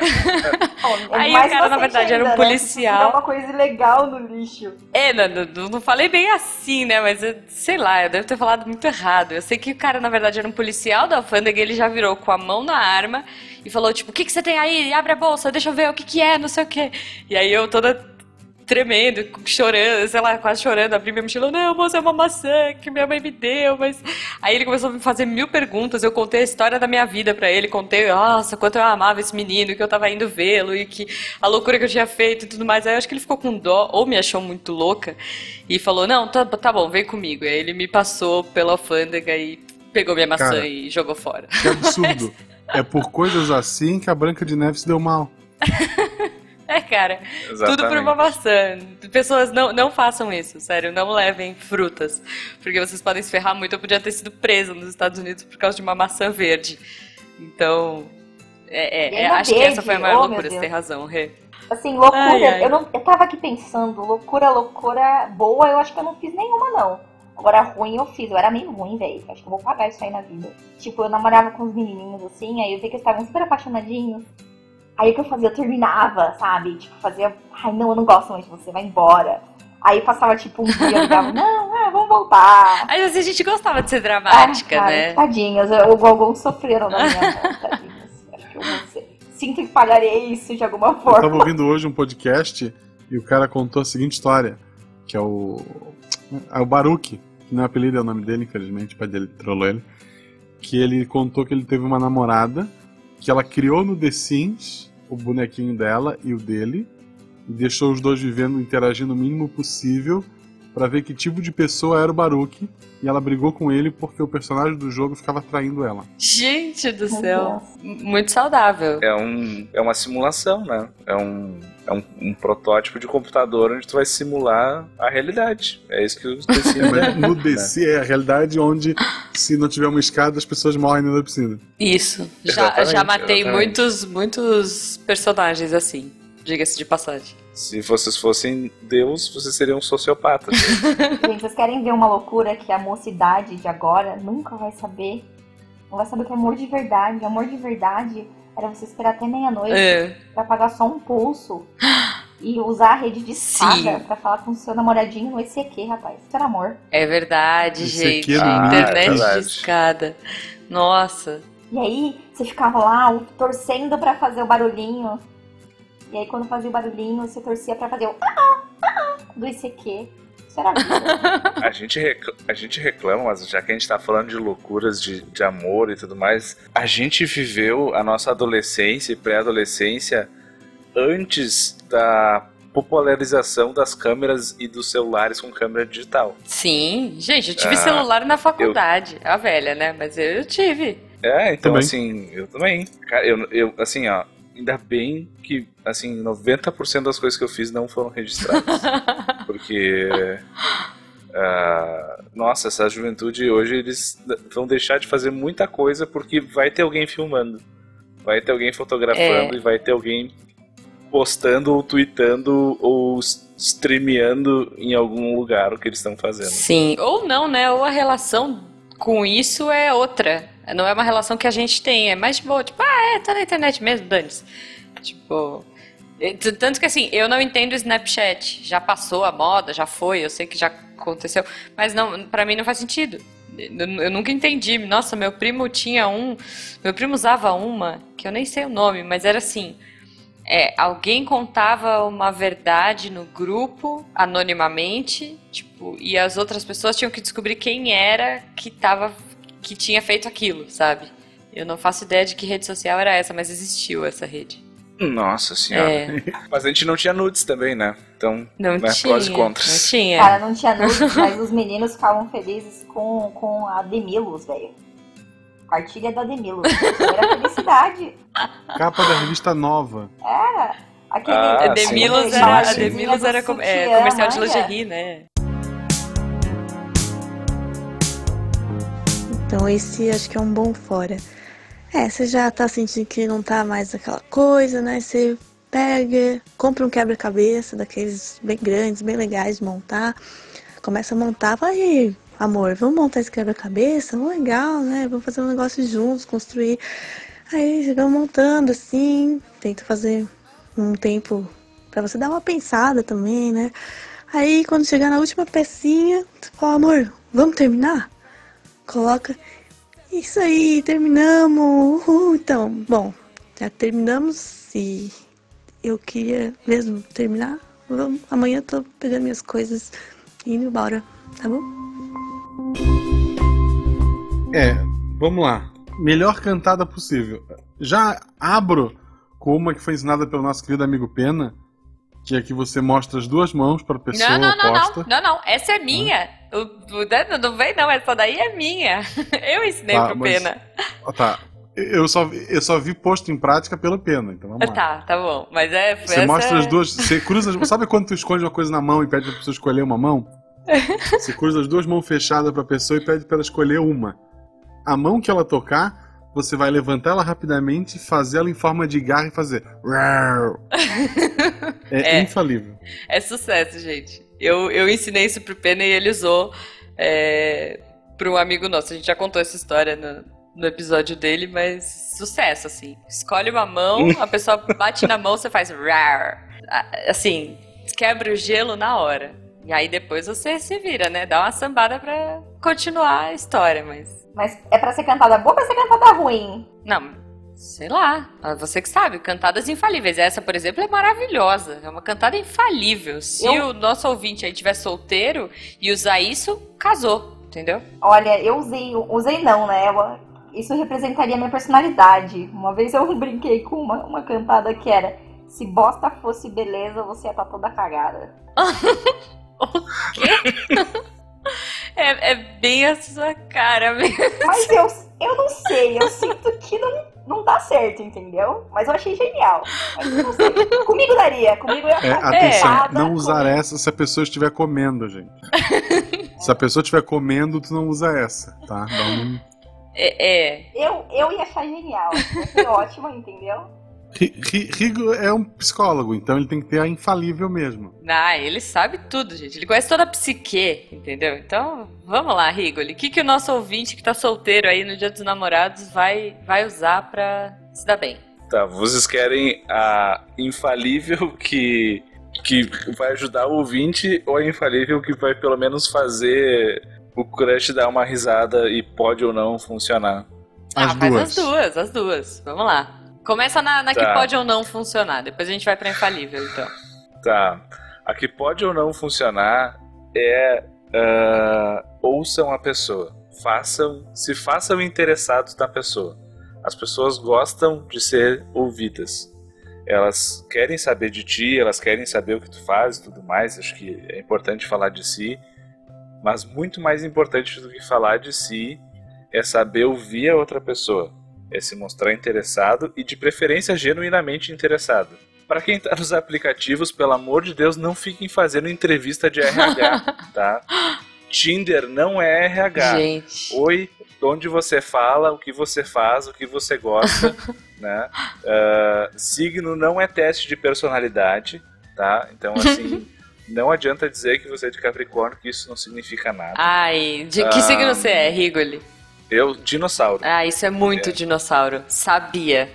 É Aí o mais cara, na inocente verdade, era um ainda, né? policial. É uma coisa ilegal no lixo. É, não, não, não falei bem assim, né? Mas eu, sei lá, eu devo ter falado muito errado. Eu sei que o cara, na verdade, era um policial da alfândega e ele já virou com a mão na arma e falou, tipo, o que, que você tem aí? Abre a bolsa, deixa eu ver o que, que é, não sei o quê. E aí eu toda tremendo, chorando, sei lá, quase chorando, abri minha mochila, não, moça, é uma maçã que minha mãe me deu, mas... Aí ele começou a me fazer mil perguntas, eu contei a história da minha vida pra ele, contei, nossa, quanto eu amava esse menino, que eu tava indo vê-lo, e que a loucura que eu tinha feito e tudo mais. Aí eu acho que ele ficou com dó, ou me achou muito louca, e falou, não, tá, tá bom, vem comigo. E aí ele me passou pela alfândega e pegou minha maçã Cara, e jogou fora. Que absurdo. É por coisas assim que a Branca de Neve se deu mal. É, cara, Exatamente. tudo por uma maçã. Pessoas, não, não façam isso, sério, não levem frutas, porque vocês podem se ferrar muito. Eu podia ter sido presa nos Estados Unidos por causa de uma maçã verde. Então, é, é, E é, ainda acho que essa verde, foi a maior oh, loucura, meu você tem razão, Rê. Assim, loucura, Ai, ai. Eu, não, eu tava aqui pensando, loucura, loucura boa, eu acho que eu não fiz nenhuma, não. Agora, ruim eu fiz, eu era meio ruim, velho. Acho que eu vou pagar isso aí na vida. Tipo, eu namorava com uns menininhos assim, aí eu vi que eles estavam super apaixonadinhos. Aí o que eu fazia? Eu terminava, sabe? Tipo, fazia, ai não, eu não gosto mais de você, vai embora. Aí passava tipo um dia, eu ligava, não, é, vamos voltar. Aí assim, a gente gostava de ser dramática, ah, cara, né? Tadinhos, eu- alguns sofreram na minha mão, tadinhos. Acho que eu vou ser. Sinto que pagarei isso de alguma Eu forma. tava ouvindo hoje um podcast e o cara contou a seguinte história, que é o... É o Baruch, que não é apelido, é o nome dele, infelizmente, o pai dele trollou ele. Que ele contou que ele teve uma namorada que ela criou no The Sims o bonequinho dela e o dele e deixou os dois vivendo, interagindo o mínimo possível pra ver que tipo de pessoa era o Baruch, e ela brigou com ele porque o personagem do jogo ficava traindo ela. Gente do Meu céu, muito saudável. É, um, é uma simulação, né? É, um, é um, um protótipo de computador onde tu vai simular a realidade. É isso que o The Sims É, mas é, no né? D C é a realidade onde, se não tiver uma escada, as pessoas morrem dentro da piscina. Isso, já, Exatamente, já matei exatamente. muitos, muitos personagens assim, diga-se de passagem. Se vocês fossem Deus, vocês seriam sociopatas. Gente, vocês querem ver uma loucura que a mocidade de agora nunca vai saber? Não vai saber o que é amor de verdade. Amor de verdade era você esperar até meia-noite É. pra pagar só um pulso e usar a rede de escada Sim. pra falar com o seu namoradinho no E C Q, rapaz. Isso era amor. É verdade, Isso gente. aqui é no Internet mínimo, cara. de escada. Nossa. E aí, você ficava lá torcendo pra fazer o barulhinho. E aí, quando fazia o barulhinho, você torcia pra fazer o ah, ah, do I C Q. Isso era vida. A gente, reclama, a gente reclama, mas já que a gente tá falando de loucuras de, de amor e tudo mais, a gente viveu a nossa adolescência e pré-adolescência antes da popularização das câmeras e dos celulares com câmera digital. Sim, gente, eu tive Ah, celular na faculdade. A velha, né? Mas eu, eu tive. É, então Também. assim, eu também. Cara, eu, eu, assim, ó, ainda bem que, assim, noventa por cento das coisas que eu fiz não foram registradas. Porque, ah, nossa, essa juventude hoje, eles vão deixar de fazer muita coisa porque vai ter alguém filmando. Vai ter alguém fotografando É. e vai ter alguém postando ou tweetando ou streameando em algum lugar o que eles estão fazendo. Sim, ou não, né? Ou a relação com isso é outra. Não é uma relação que a gente tem, é mais de boa, tipo, ah, é, tá na internet mesmo, dane-se. Tipo, e t- tanto que assim, eu não entendo o Snapchat. Já passou a moda, já foi, eu sei que já aconteceu, mas não, pra mim não faz sentido. Eu, eu nunca entendi. Nossa, meu primo tinha um, meu primo usava uma, que eu nem sei o nome, mas era assim, é, alguém contava uma verdade no grupo, anonimamente, tipo, e as outras pessoas tinham que descobrir quem era que tava, que tinha feito aquilo, sabe? Eu não faço ideia de que rede social era essa, mas existiu essa rede. Nossa senhora. É, Mas a gente não tinha nudes também, né? Então, não né, tinha, prós e não contras. tinha. Cara, não tinha nudes, mas os meninos ficavam felizes com, com a Demilos, velho. Cartilha do Ademilo. Era felicidade. Capa da revista Nova. Era. Aquele... Ah, Ademilos sim, era, sim, sim. Ademilos era com- é, Sutiã, comercial de manja. lingerie, né? Então esse acho que é um bom fora. É, você já tá sentindo que não tá mais aquela coisa, né? Você pega, compra um quebra-cabeça daqueles bem grandes, bem legais de montar. Começa a montar, vai aí, amor, vamos montar esse quebra-cabeça? Legal, né? Vamos fazer um negócio juntos, construir. Aí você vai montando assim, tenta fazer um tempo pra você dar uma pensada também, né? Aí quando chegar na última pecinha, você fala, amor, vamos terminar? Coloca, isso aí, terminamos, uhul. Então, bom, já terminamos e eu queria mesmo terminar. Vamos, amanhã eu tô pegando minhas coisas e indo embora, tá bom? É, vamos lá. Melhor cantada possível. Já abro com uma que foi ensinada pelo nosso querido amigo Pena, que é que você mostra as duas mãos para a pessoa Não, não, não, oposta. não, não, não, essa é minha. O, o, não, não vem não, essa daí é minha. Eu ensinei Tá, pro mas- Pena. Ah, tá. Eu só, vi- eu só vi posto em prática pelo Pena, então vamos lá. Tá, tá bom. Mas é. Você essa mostra é... as duas. Você cruza. as- Sabe quando tu esconde uma coisa na mão e pede pra pessoa escolher uma mão? Você cruza as duas mãos fechadas pra pessoa e pede pra ela escolher uma. A mão que ela tocar, você vai levantar ela rapidamente, fazer ela em forma de garra e fazer. "Rar". É, É. infalível. É sucesso, gente. Eu, eu ensinei isso pro Pena e ele usou é, pra um amigo nosso. A gente já contou essa história no, no episódio dele, mas sucesso, assim. Escolhe uma mão, a pessoa bate na mão, você faz rar. Assim, quebra o gelo na hora. E aí depois você se vira, né? Dá uma sambada pra continuar a história, mas... Mas é pra ser cantada boa ou pra ser cantada ruim? Não, sei lá. Você que sabe, cantadas infalíveis. Essa, por exemplo, é maravilhosa. É uma cantada infalível. Se Eu- o nosso ouvinte aí tiver solteiro e usar isso, casou, entendeu? Olha, eu usei, usei não, né? Eu- isso representaria a minha personalidade. Uma vez eu brinquei com uma, uma cantada que era: se bosta fosse beleza, você ia estar toda cagada. É, é bem a sua cara mesmo. Mas eu, eu não sei, eu sinto que não, não dá certo, entendeu? Mas eu achei genial. Mas eu não sei. Comigo daria, comigo eu ia É, ficar atenção, ocupada não usar com- essa se a pessoa estiver comendo, gente. Se a pessoa estiver comendo, tu não usa essa, tá? Dá um... É, é. Eu, eu ia achar genial. Ia ser ótimo, entendeu? Ri- Ri- Rigo é um psicólogo, então ele tem que ter a infalível mesmo. Ah, ele sabe tudo, gente. Ele conhece toda a psique, entendeu? Então, vamos lá, Rigoli. O que, que o nosso ouvinte que tá solteiro aí no Dia dos Namorados vai, vai usar pra se dar bem? Tá, vocês querem a infalível que, que vai ajudar o ouvinte ou a infalível que vai pelo menos fazer o crush dar uma risada e pode ou não funcionar? As ah, faz duas. as duas, as duas. Vamos lá. Começa na, na que Tá. pode ou não funcionar. Depois a gente vai pra infalível, então. Tá. A que pode ou não funcionar é ah, ouçam a pessoa. Façam, se façam interessados na pessoa. As pessoas gostam de ser ouvidas. Elas querem saber de ti, elas querem saber o que tu faz e tudo mais. Acho que é importante falar de si. Mas muito mais importante do que falar de si é saber ouvir a outra pessoa. É se mostrar interessado e de preferência genuinamente interessado. Para quem tá nos aplicativos, pelo amor de Deus, não fiquem fazendo entrevista de R H, tá? Tinder não é R H. Gente. Oi, onde você fala, o que você faz, o que você gosta, né? Uh, signo não é teste de personalidade, tá? Então, assim, não adianta dizer que você é de Capricórnio, que isso não significa nada. Ai, de que Ah. signo você é, Rigoli? Eu, dinossauro. Ah, isso é muito É. dinossauro. Sabia.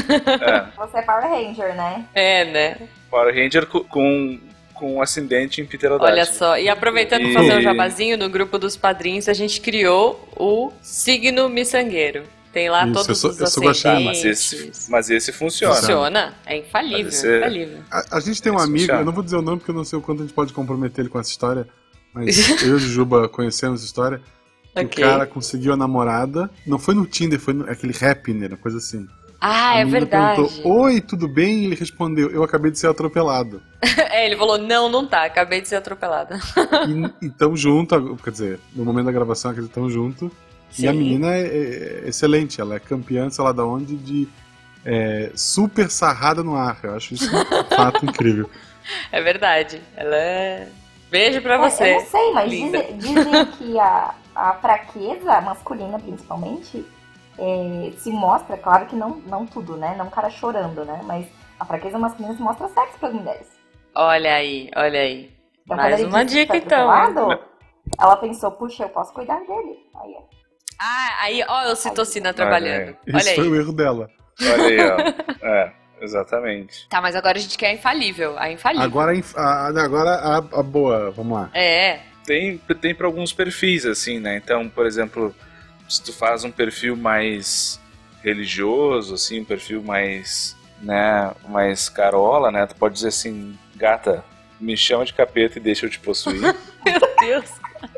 É, Você é Power Ranger, né? É, né? Power Ranger co- com, com um ascendente em pterodáctilo. Olha só. E aproveitando E- pra fazer um jabazinho, no grupo dos padrinhos, a gente criou o signo miçangueiro. Tem lá Isso, todos eu sou- os eu sou gostado. Tá, mas ascendentes. esse, mas esse funciona. Funciona. É infalível, Mas esse- infalível. A, a gente tem um Isso amigo, funciona. eu não vou dizer o nome porque eu não sei o quanto a gente pode comprometer ele com essa história, mas eu e o Juba conhecemos essa história. Que Ok. O cara conseguiu a namorada, não foi no Tinder, foi no, aquele Rapner, uma coisa assim. Ah, A é menina verdade. perguntou, oi, tudo bem? E ele respondeu, eu acabei de ser atropelado. É, ele falou, não, não tá, acabei de ser atropelada. E, e tão junto, quer dizer, no momento da gravação, que eles estão junto. E a Sim. menina é, é excelente, ela é campeã, sei lá da onde, de é, super sarrada no ar. Eu acho isso um fato incrível. É verdade. Ela é. Beijo pra É, você. eu não sei, mas linda. dizem, dizem que a, a fraqueza masculina, principalmente, é, se mostra, claro que não, não tudo, né? Não o cara chorando, né? Mas a fraqueza masculina se mostra sexo para as mulheres. Olha aí, olha aí. Então, Mais quando ele uma disse que dica, foi então. atropelado, ela pensou, puxa, eu posso cuidar dele. Aí, ó. Ah, aí, ó, eu citocina trabalhando. Olha Olha Esse foi aí. o erro dela. Olha aí, ó. É, exatamente. Tá, mas agora a gente quer a infalível. A infalível. Agora, a inf- a, agora a, a boa, vamos lá. É. Tem, tem para alguns perfis, assim, né? Então, por exemplo, se tu faz um perfil mais religioso, assim, um perfil mais, né, mais carola, né? Tu pode dizer assim, gata, me chama de capeta e deixa eu te possuir. Meu Deus.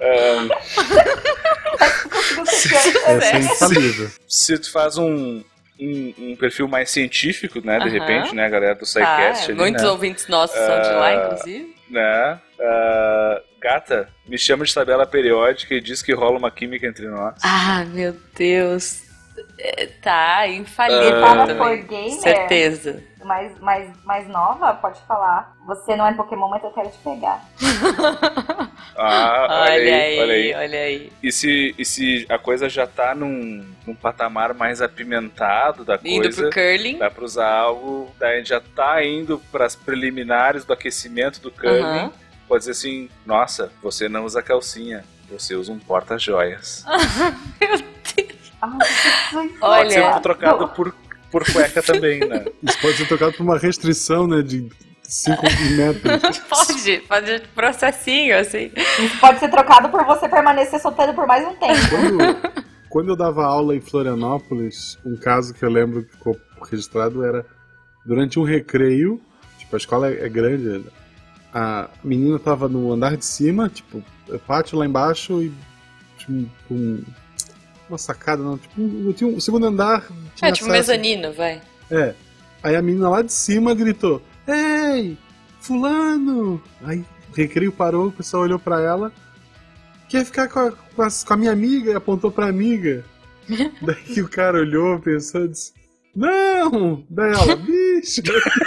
Essa é infalível. Se tu faz um, um, um perfil mais científico, né, de Aham. repente, né, a galera do Tá, SciCast ali, muitos né? ouvintes nossos são de lá, Ah, inclusive. Né? Ah, gata, me chama de tabela periódica e diz que rola uma química entre nós. Ah, meu Deus. É, tá, infalível Ah. Se também. for gamer, Certeza. mais, mais, mais nova, pode falar. Você não é Pokémon, mas eu quero te pegar. Ah, olha, Olha aí, aí, olha aí. olha aí. E se, e se a coisa já tá num, num patamar mais apimentado da Indo coisa, pro curling. dá pra usar algo, daí já tá indo pras preliminares do aquecimento do curling, Aham. pode dizer assim, nossa, você não usa calcinha, você usa um porta-joias. Meu Deus. Ai, Jesus. Pode ser Olha. trocado por, por cueca também, né? Isso pode ser trocado por uma restrição, né, de cinco metros. Pode, pode processinho, assim. Isso pode ser trocado por você permanecer solteiro por mais um tempo. Quando, quando eu dava aula em Florianópolis, um caso que eu lembro que ficou registrado era durante um recreio, tipo, a escola é, é grande, a menina tava no andar de cima, tipo, pátio lá embaixo e tinha um, um- uma sacada, não, tipo, um, tinha um, o segundo andar tinha É tipo acesso- mezanino, vai. É. Aí a menina lá de cima gritou: Ei, fulano! Aí o recreio parou, o pessoal olhou pra ela. Quer ficar com a, com a- com a minha amiga? E apontou pra amiga. Daí o cara olhou, pensou e disse: Não! Daí ela, bicho!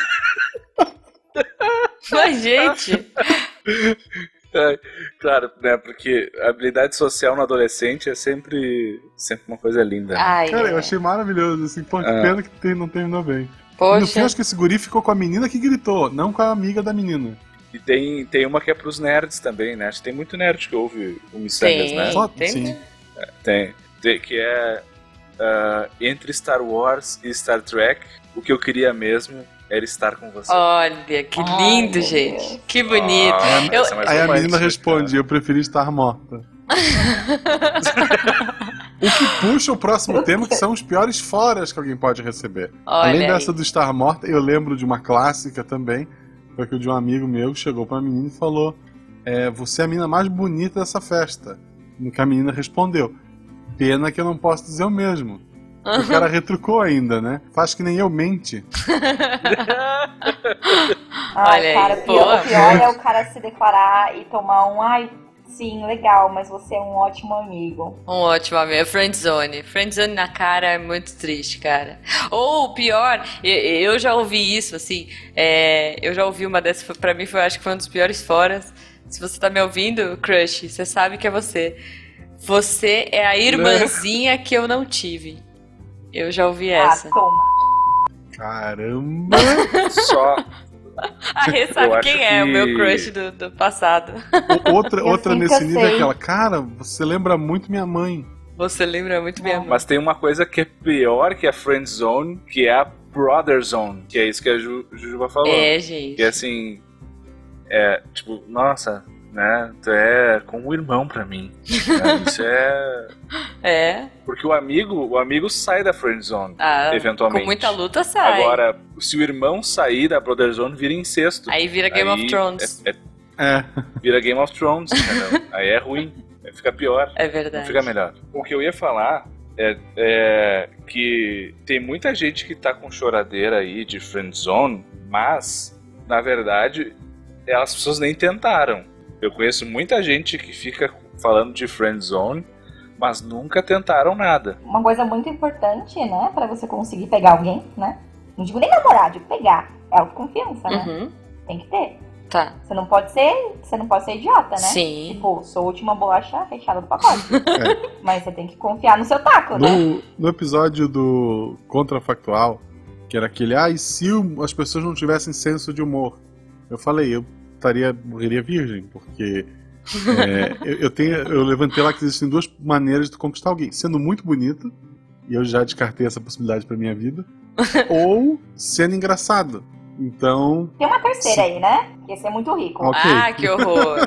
Mas, gente. É, claro, né? Porque a habilidade social no adolescente é sempre, sempre uma coisa linda. Né? Ai, Cara, eu é. achei maravilhoso, assim, pô, que É. pena que tem- não terminou bem. E no fim, Poxa. acho que esse guri ficou com a menina que gritou, não com a amiga da menina. E tem, tem uma que é pros nerds também, né? Acho que tem muito nerd que ouve o Missangas, Tem, né? Só- tem. sim. Tem. Tem, que é ah, entre Star Wars e Star Trek, o que eu queria mesmo era estar com você. Olha, que Ai, lindo, meu gente. Deus. Que bonito. Ah, Eu- essa é mais Aí a romântica, menina responde: Eu preferi estar morta. O que puxa o próximo tema, que são os piores foras que alguém pode receber. Olha Além aí. dessa do estar morta, eu lembro de uma clássica também, foi que de um amigo meu que chegou pra menina e falou: é, Você é a menina mais bonita dessa festa. No que a menina respondeu: Pena que eu não posso dizer o mesmo. O cara retrucou ainda, né? Faz que nem eu, mente. Ai, Olha aí, cara, o pior, boa. o pior é o cara se declarar e tomar um, ai, sim, legal, mas você é um ótimo amigo. Um ótimo amigo. Friendzone. Friendzone na cara é muito triste, cara. Ou pior, eu, eu já ouvi isso, assim. é, eu já ouvi uma dessas, pra mim foi, acho que foi um dos piores foras. Se você tá me ouvindo, crush, você sabe que é você. Você é a irmãzinha que eu não tive. Eu já ouvi essa. Ah, toma. Caramba! Só A Rê Eu sabe acho quem é, o meu que- crush do, do passado. O- Outra, Eu outra sinto nesse que eu nível é sei. aquela: Cara, você lembra muito minha mãe. Você lembra muito minha mãe. Mas tem uma coisa que é pior que a Friend Zone, que é a Brother Zone, que é isso que a Ju, Jujuba falou. É, gente. Que é assim, é tipo, nossa, né, tu é como um irmão pra mim. Né, isso é... É. Porque o amigo, o amigo sai da Friend Zone, Ah, eventualmente. com muita luta sai. Agora, se o irmão sair da Brother Zone, vira incesto. Aí vira Game Aí of Thrones. é- é- É. vira Game of Thrones, entendeu? Aí é ruim, aí fica pior. É Não verdade. fica melhor. O que eu ia falar é, é que tem muita gente que tá com choradeira aí de friendzone, mas, na verdade, as pessoas nem tentaram. Eu conheço muita gente que fica falando de friendzone, mas nunca tentaram nada. Uma coisa muito importante, né, pra você conseguir pegar alguém, né? Não digo nem namorar, digo pegar. É autoconfiança, né? Uhum. Tem que ter. Tá. Você não pode ser, você não pode ser idiota, né? Sim. Tipo, sou a última bolacha fechada do pacote. É. Mas você tem que confiar no seu taco, né? No, no episódio do Contrafactual, que era aquele, ah, e se o- as pessoas não tivessem senso de humor? Eu falei, eu estaria, morreria virgem, porque é, eu, eu, tenho, eu levantei lá que existem duas maneiras de conquistar alguém. Sendo muito bonito, e eu já descartei essa possibilidade pra minha vida, ou sendo engraçado. Então, Tem uma terceira aí, né? Que esse é muito rico. Ok. Ah, que horror.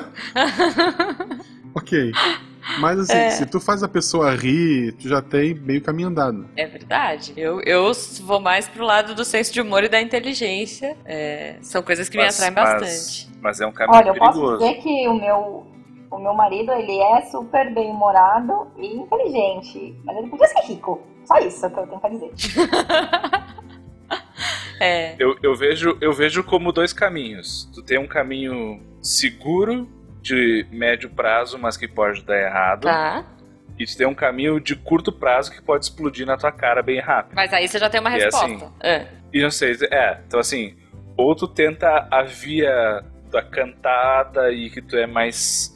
ok. Mas assim, É. se tu faz a pessoa rir, tu já tem meio caminho andado. É verdade. Eu, eu vou mais pro lado do senso de humor e da inteligência. É, são coisas que Mas- me atraem mas- bastante. Mas é um caminho Olha, eu posso perigoso. dizer que o meu, o meu marido, ele é super bem-humorado e inteligente. Mas ele podia ser rico. Só isso que eu tenho pra dizer. É. Eu, eu, vejo, eu vejo como dois caminhos. Tu tem um caminho seguro, de médio prazo, mas que pode dar errado. Tá. E tu tem um caminho de curto prazo que pode explodir na tua cara bem rápido. Mas aí você já tem uma E é resposta. assim. É. E não sei, é, então assim, ou tu tenta a via da cantada e que tu é mais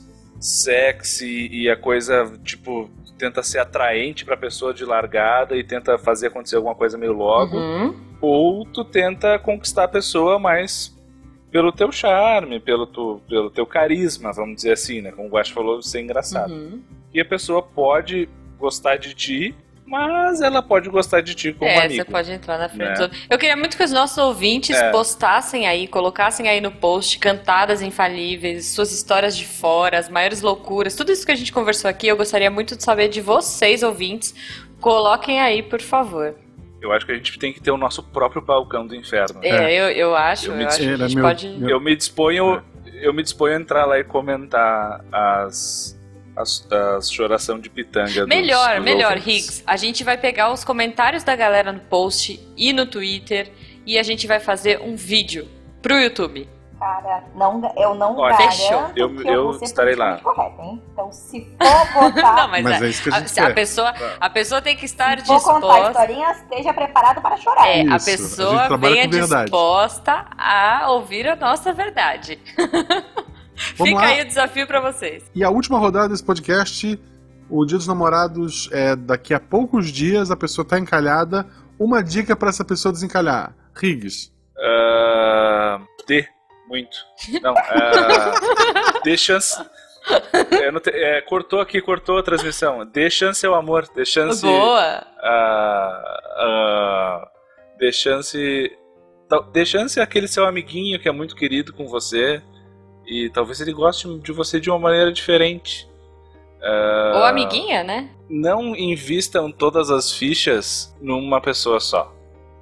sexy e a coisa, tipo, tu tenta ser atraente pra pessoa de largada e tenta fazer acontecer alguma coisa meio logo. Uhum. Ou tu tenta conquistar a pessoa mais pelo teu charme, pelo, tu, pelo teu carisma, vamos dizer assim, né? Como o Guaxa falou, ser engraçado. Uhum. E a pessoa pode gostar de ti, mas ela pode gostar de ti como É, amigo. você pode entrar na frente né? do outro. Eu queria muito que os nossos ouvintes É. postassem aí, colocassem aí no post cantadas infalíveis, suas histórias de fora, as maiores loucuras, tudo isso que a gente conversou aqui, eu gostaria muito de saber de vocês, ouvintes. Coloquem aí, por favor. Eu acho que a gente tem que ter o nosso próprio balcão do inferno. É, eu, eu acho, Eu eu, me acho que a Era gente meu- pode... meu- Eu me disponho, eu me disponho a entrar lá e comentar as as, as choração de pitanga. Melhor, dos, dos melhor, ouvintes. Higgs. A gente vai pegar os comentários da galera no post e no Twitter e a gente vai fazer um vídeo pro YouTube. Cara, não, eu não Olha, garanto fechou. que Eu- eu, eu vou ser estarei lá. politicamente correta, hein? Então, se for votar, Não, mas, Mas a, é isso que a gente a, a quer. pessoa, a pessoa tem que estar se for contar disposta. historinhas, esteja preparado para chorar. É, Isso, a a gente pessoa trabalha venha com verdade. disposta a ouvir a nossa verdade. Vamos Fica lá. aí o desafio pra vocês. E a última rodada desse podcast, o Dia dos Namorados é daqui a poucos dias, a pessoa tá encalhada. Uma dica pra essa pessoa desencalhar. Riggs. Ah, dê muito. Não, ah, dê chance. É, não te- é, cortou aqui, cortou a transmissão. Dê chance ao amor, dê chance. Boa. ah, ah, dê chance. tal- Dê chance àquele seu amiguinho que é muito querido com você. E talvez ele goste de você de uma maneira diferente. Ah, Ou amiguinha, né? Não invistam todas as fichas numa pessoa só.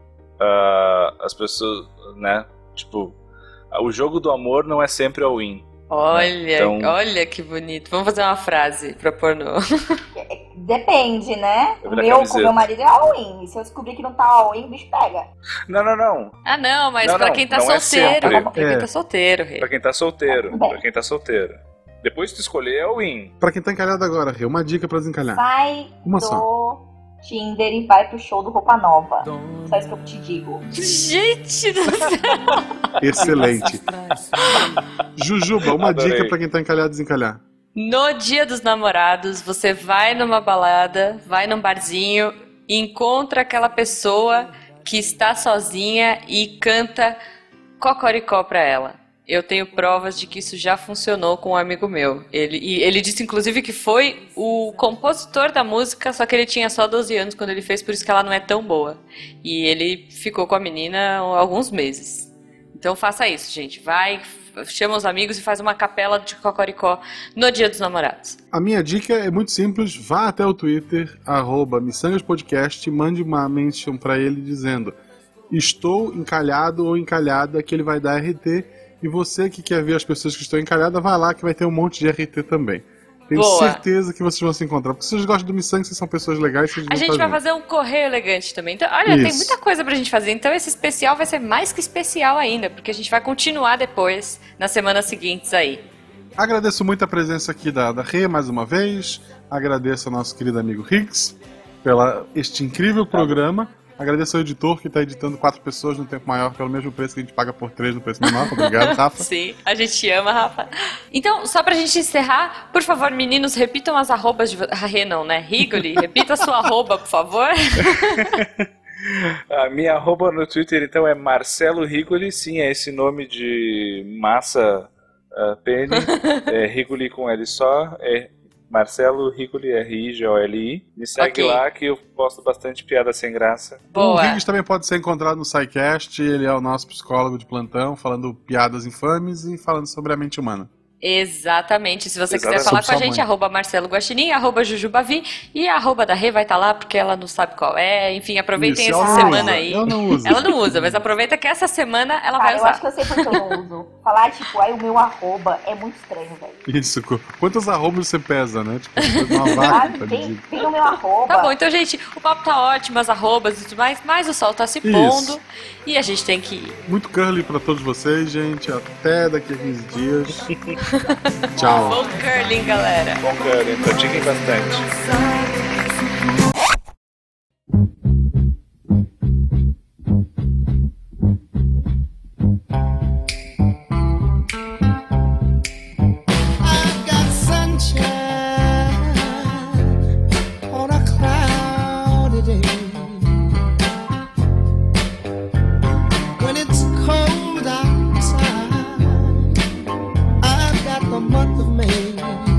Ah, as pessoas, né? Tipo, o jogo do amor não é sempre all-in. Olha, Então- olha que bonito. Vamos fazer uma frase pra pôr no... Depende, né? Eu O vi na meu com camiseta. meu marido é all-in. E se eu descobrir que não tá all-in, o bicho pega. Não, não, não. Ah, não, mas Não, pra não, quem tá não é solteiro. sempre. Pra quem É. tá solteiro, Rei. Pra quem tá solteiro. Bem. Pra quem tá solteiro. Depois que tu escolher é all-in. Pra quem tá encalhado agora, Rê, uma dica pra desencalhar. Sai Uma do só. Tinder e vai pro show do Roupa Nova. Só isso que eu te digo. Gente do céu. Excelente. Jujuba, uma Adorei. dica pra quem tá encalhado desencalhar. No dia dos namorados, você vai numa balada, vai num barzinho, e encontra aquela pessoa que está sozinha e canta cocoricó pra ela. Eu tenho provas de que isso já funcionou com um amigo meu. Ele, e ele disse, inclusive, que foi o compositor da música, só que ele tinha só doze anos quando ele fez, por isso que ela não é tão boa. E ele ficou com a menina há alguns meses. Então faça isso, gente. Vai, chama os amigos e faz uma capela de cocoricó no dia dos namorados. A minha dica é muito simples. Vá até o Twitter, arroba missangaspodcast, mande uma mention pra ele dizendo estou encalhado ou encalhada, que ele vai dar R T. E você que quer ver as pessoas que estão encalhadas, vai lá que vai ter um monte de R T também. Tenho Boa. certeza que vocês vão se encontrar. Porque se vocês gostam do Missanga, vocês são pessoas legais, vocês A vão gente estar vai juntos. fazer um correio elegante também. Então, olha, tem Isso. muita coisa pra gente fazer. Então esse especial vai ser mais que especial ainda, porque a gente vai continuar depois, nas semanas seguintes aí. Agradeço muito a presença aqui da, da Rê mais uma vez. Agradeço ao nosso querido amigo Higgs pela este incrível programa. Agradeço ao editor que está editando quatro pessoas no tempo maior pelo mesmo preço que a gente paga por três no preço menor. Obrigado, Rafa. Sim, a gente ama, Rafa. Então, só pra gente encerrar, por favor, meninos, repitam as arrobas de... Ah, Rê não, né? Rigoli, repita a sua arroba, por favor. A minha arroba no Twitter, então, é Marcelo Rigoli. Sim, é esse nome de massa uh, pene. É Rigoli com L só. É Marcelo Rigoli, R I G O L I. Me segue Ok. lá que eu posto bastante piada sem graça. O Boa. Higgs também pode ser encontrado no SciCast. Ele é o nosso psicólogo de plantão, falando piadas infames e falando sobre a mente humana. Exatamente. Se você Exatamente. quiser falar com a Sobre sua gente, mãe. arroba Marcelo Guaxinim, arroba Jujubavi e a arroba da Rê vai estar lá porque ela não sabe qual é. Enfim, aproveitem Isso, essa ela não semana usa. aí. Eu não uso. Ela não usa, mas aproveita que essa semana ela Cara, vai eu usar. acho que eu sei porque eu não uso. Falar, tipo, aí o meu arroba é muito estranho, velho. Isso, qu- quantos arrobas você pesa, né? Tipo, depois de uma vaca, Sabe? tá Tem, dizendo. tem o meu arroba. Tá bom, então, gente, o papo tá ótimo, as arrobas e tudo mais, mas o sol tá se Isso. pondo e a gente tem que ir. Muito curly pra todos vocês, gente. Até daqui a quinze dias. Tchau. Bom curling, galera. Bom, cara, pratiquem bastante. I've got sunshine on a cloudy day. When it's cold outside, I've got the month of May.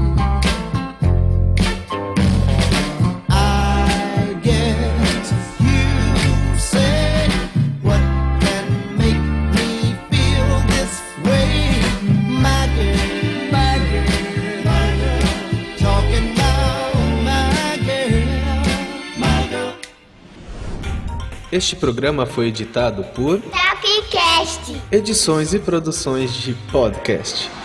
I guess you say what can make me feel this way, my girl, my girl, my girl. Talking about my girl, my girl. Este programa foi editado por Tapcast. Edições e Produções de Podcast.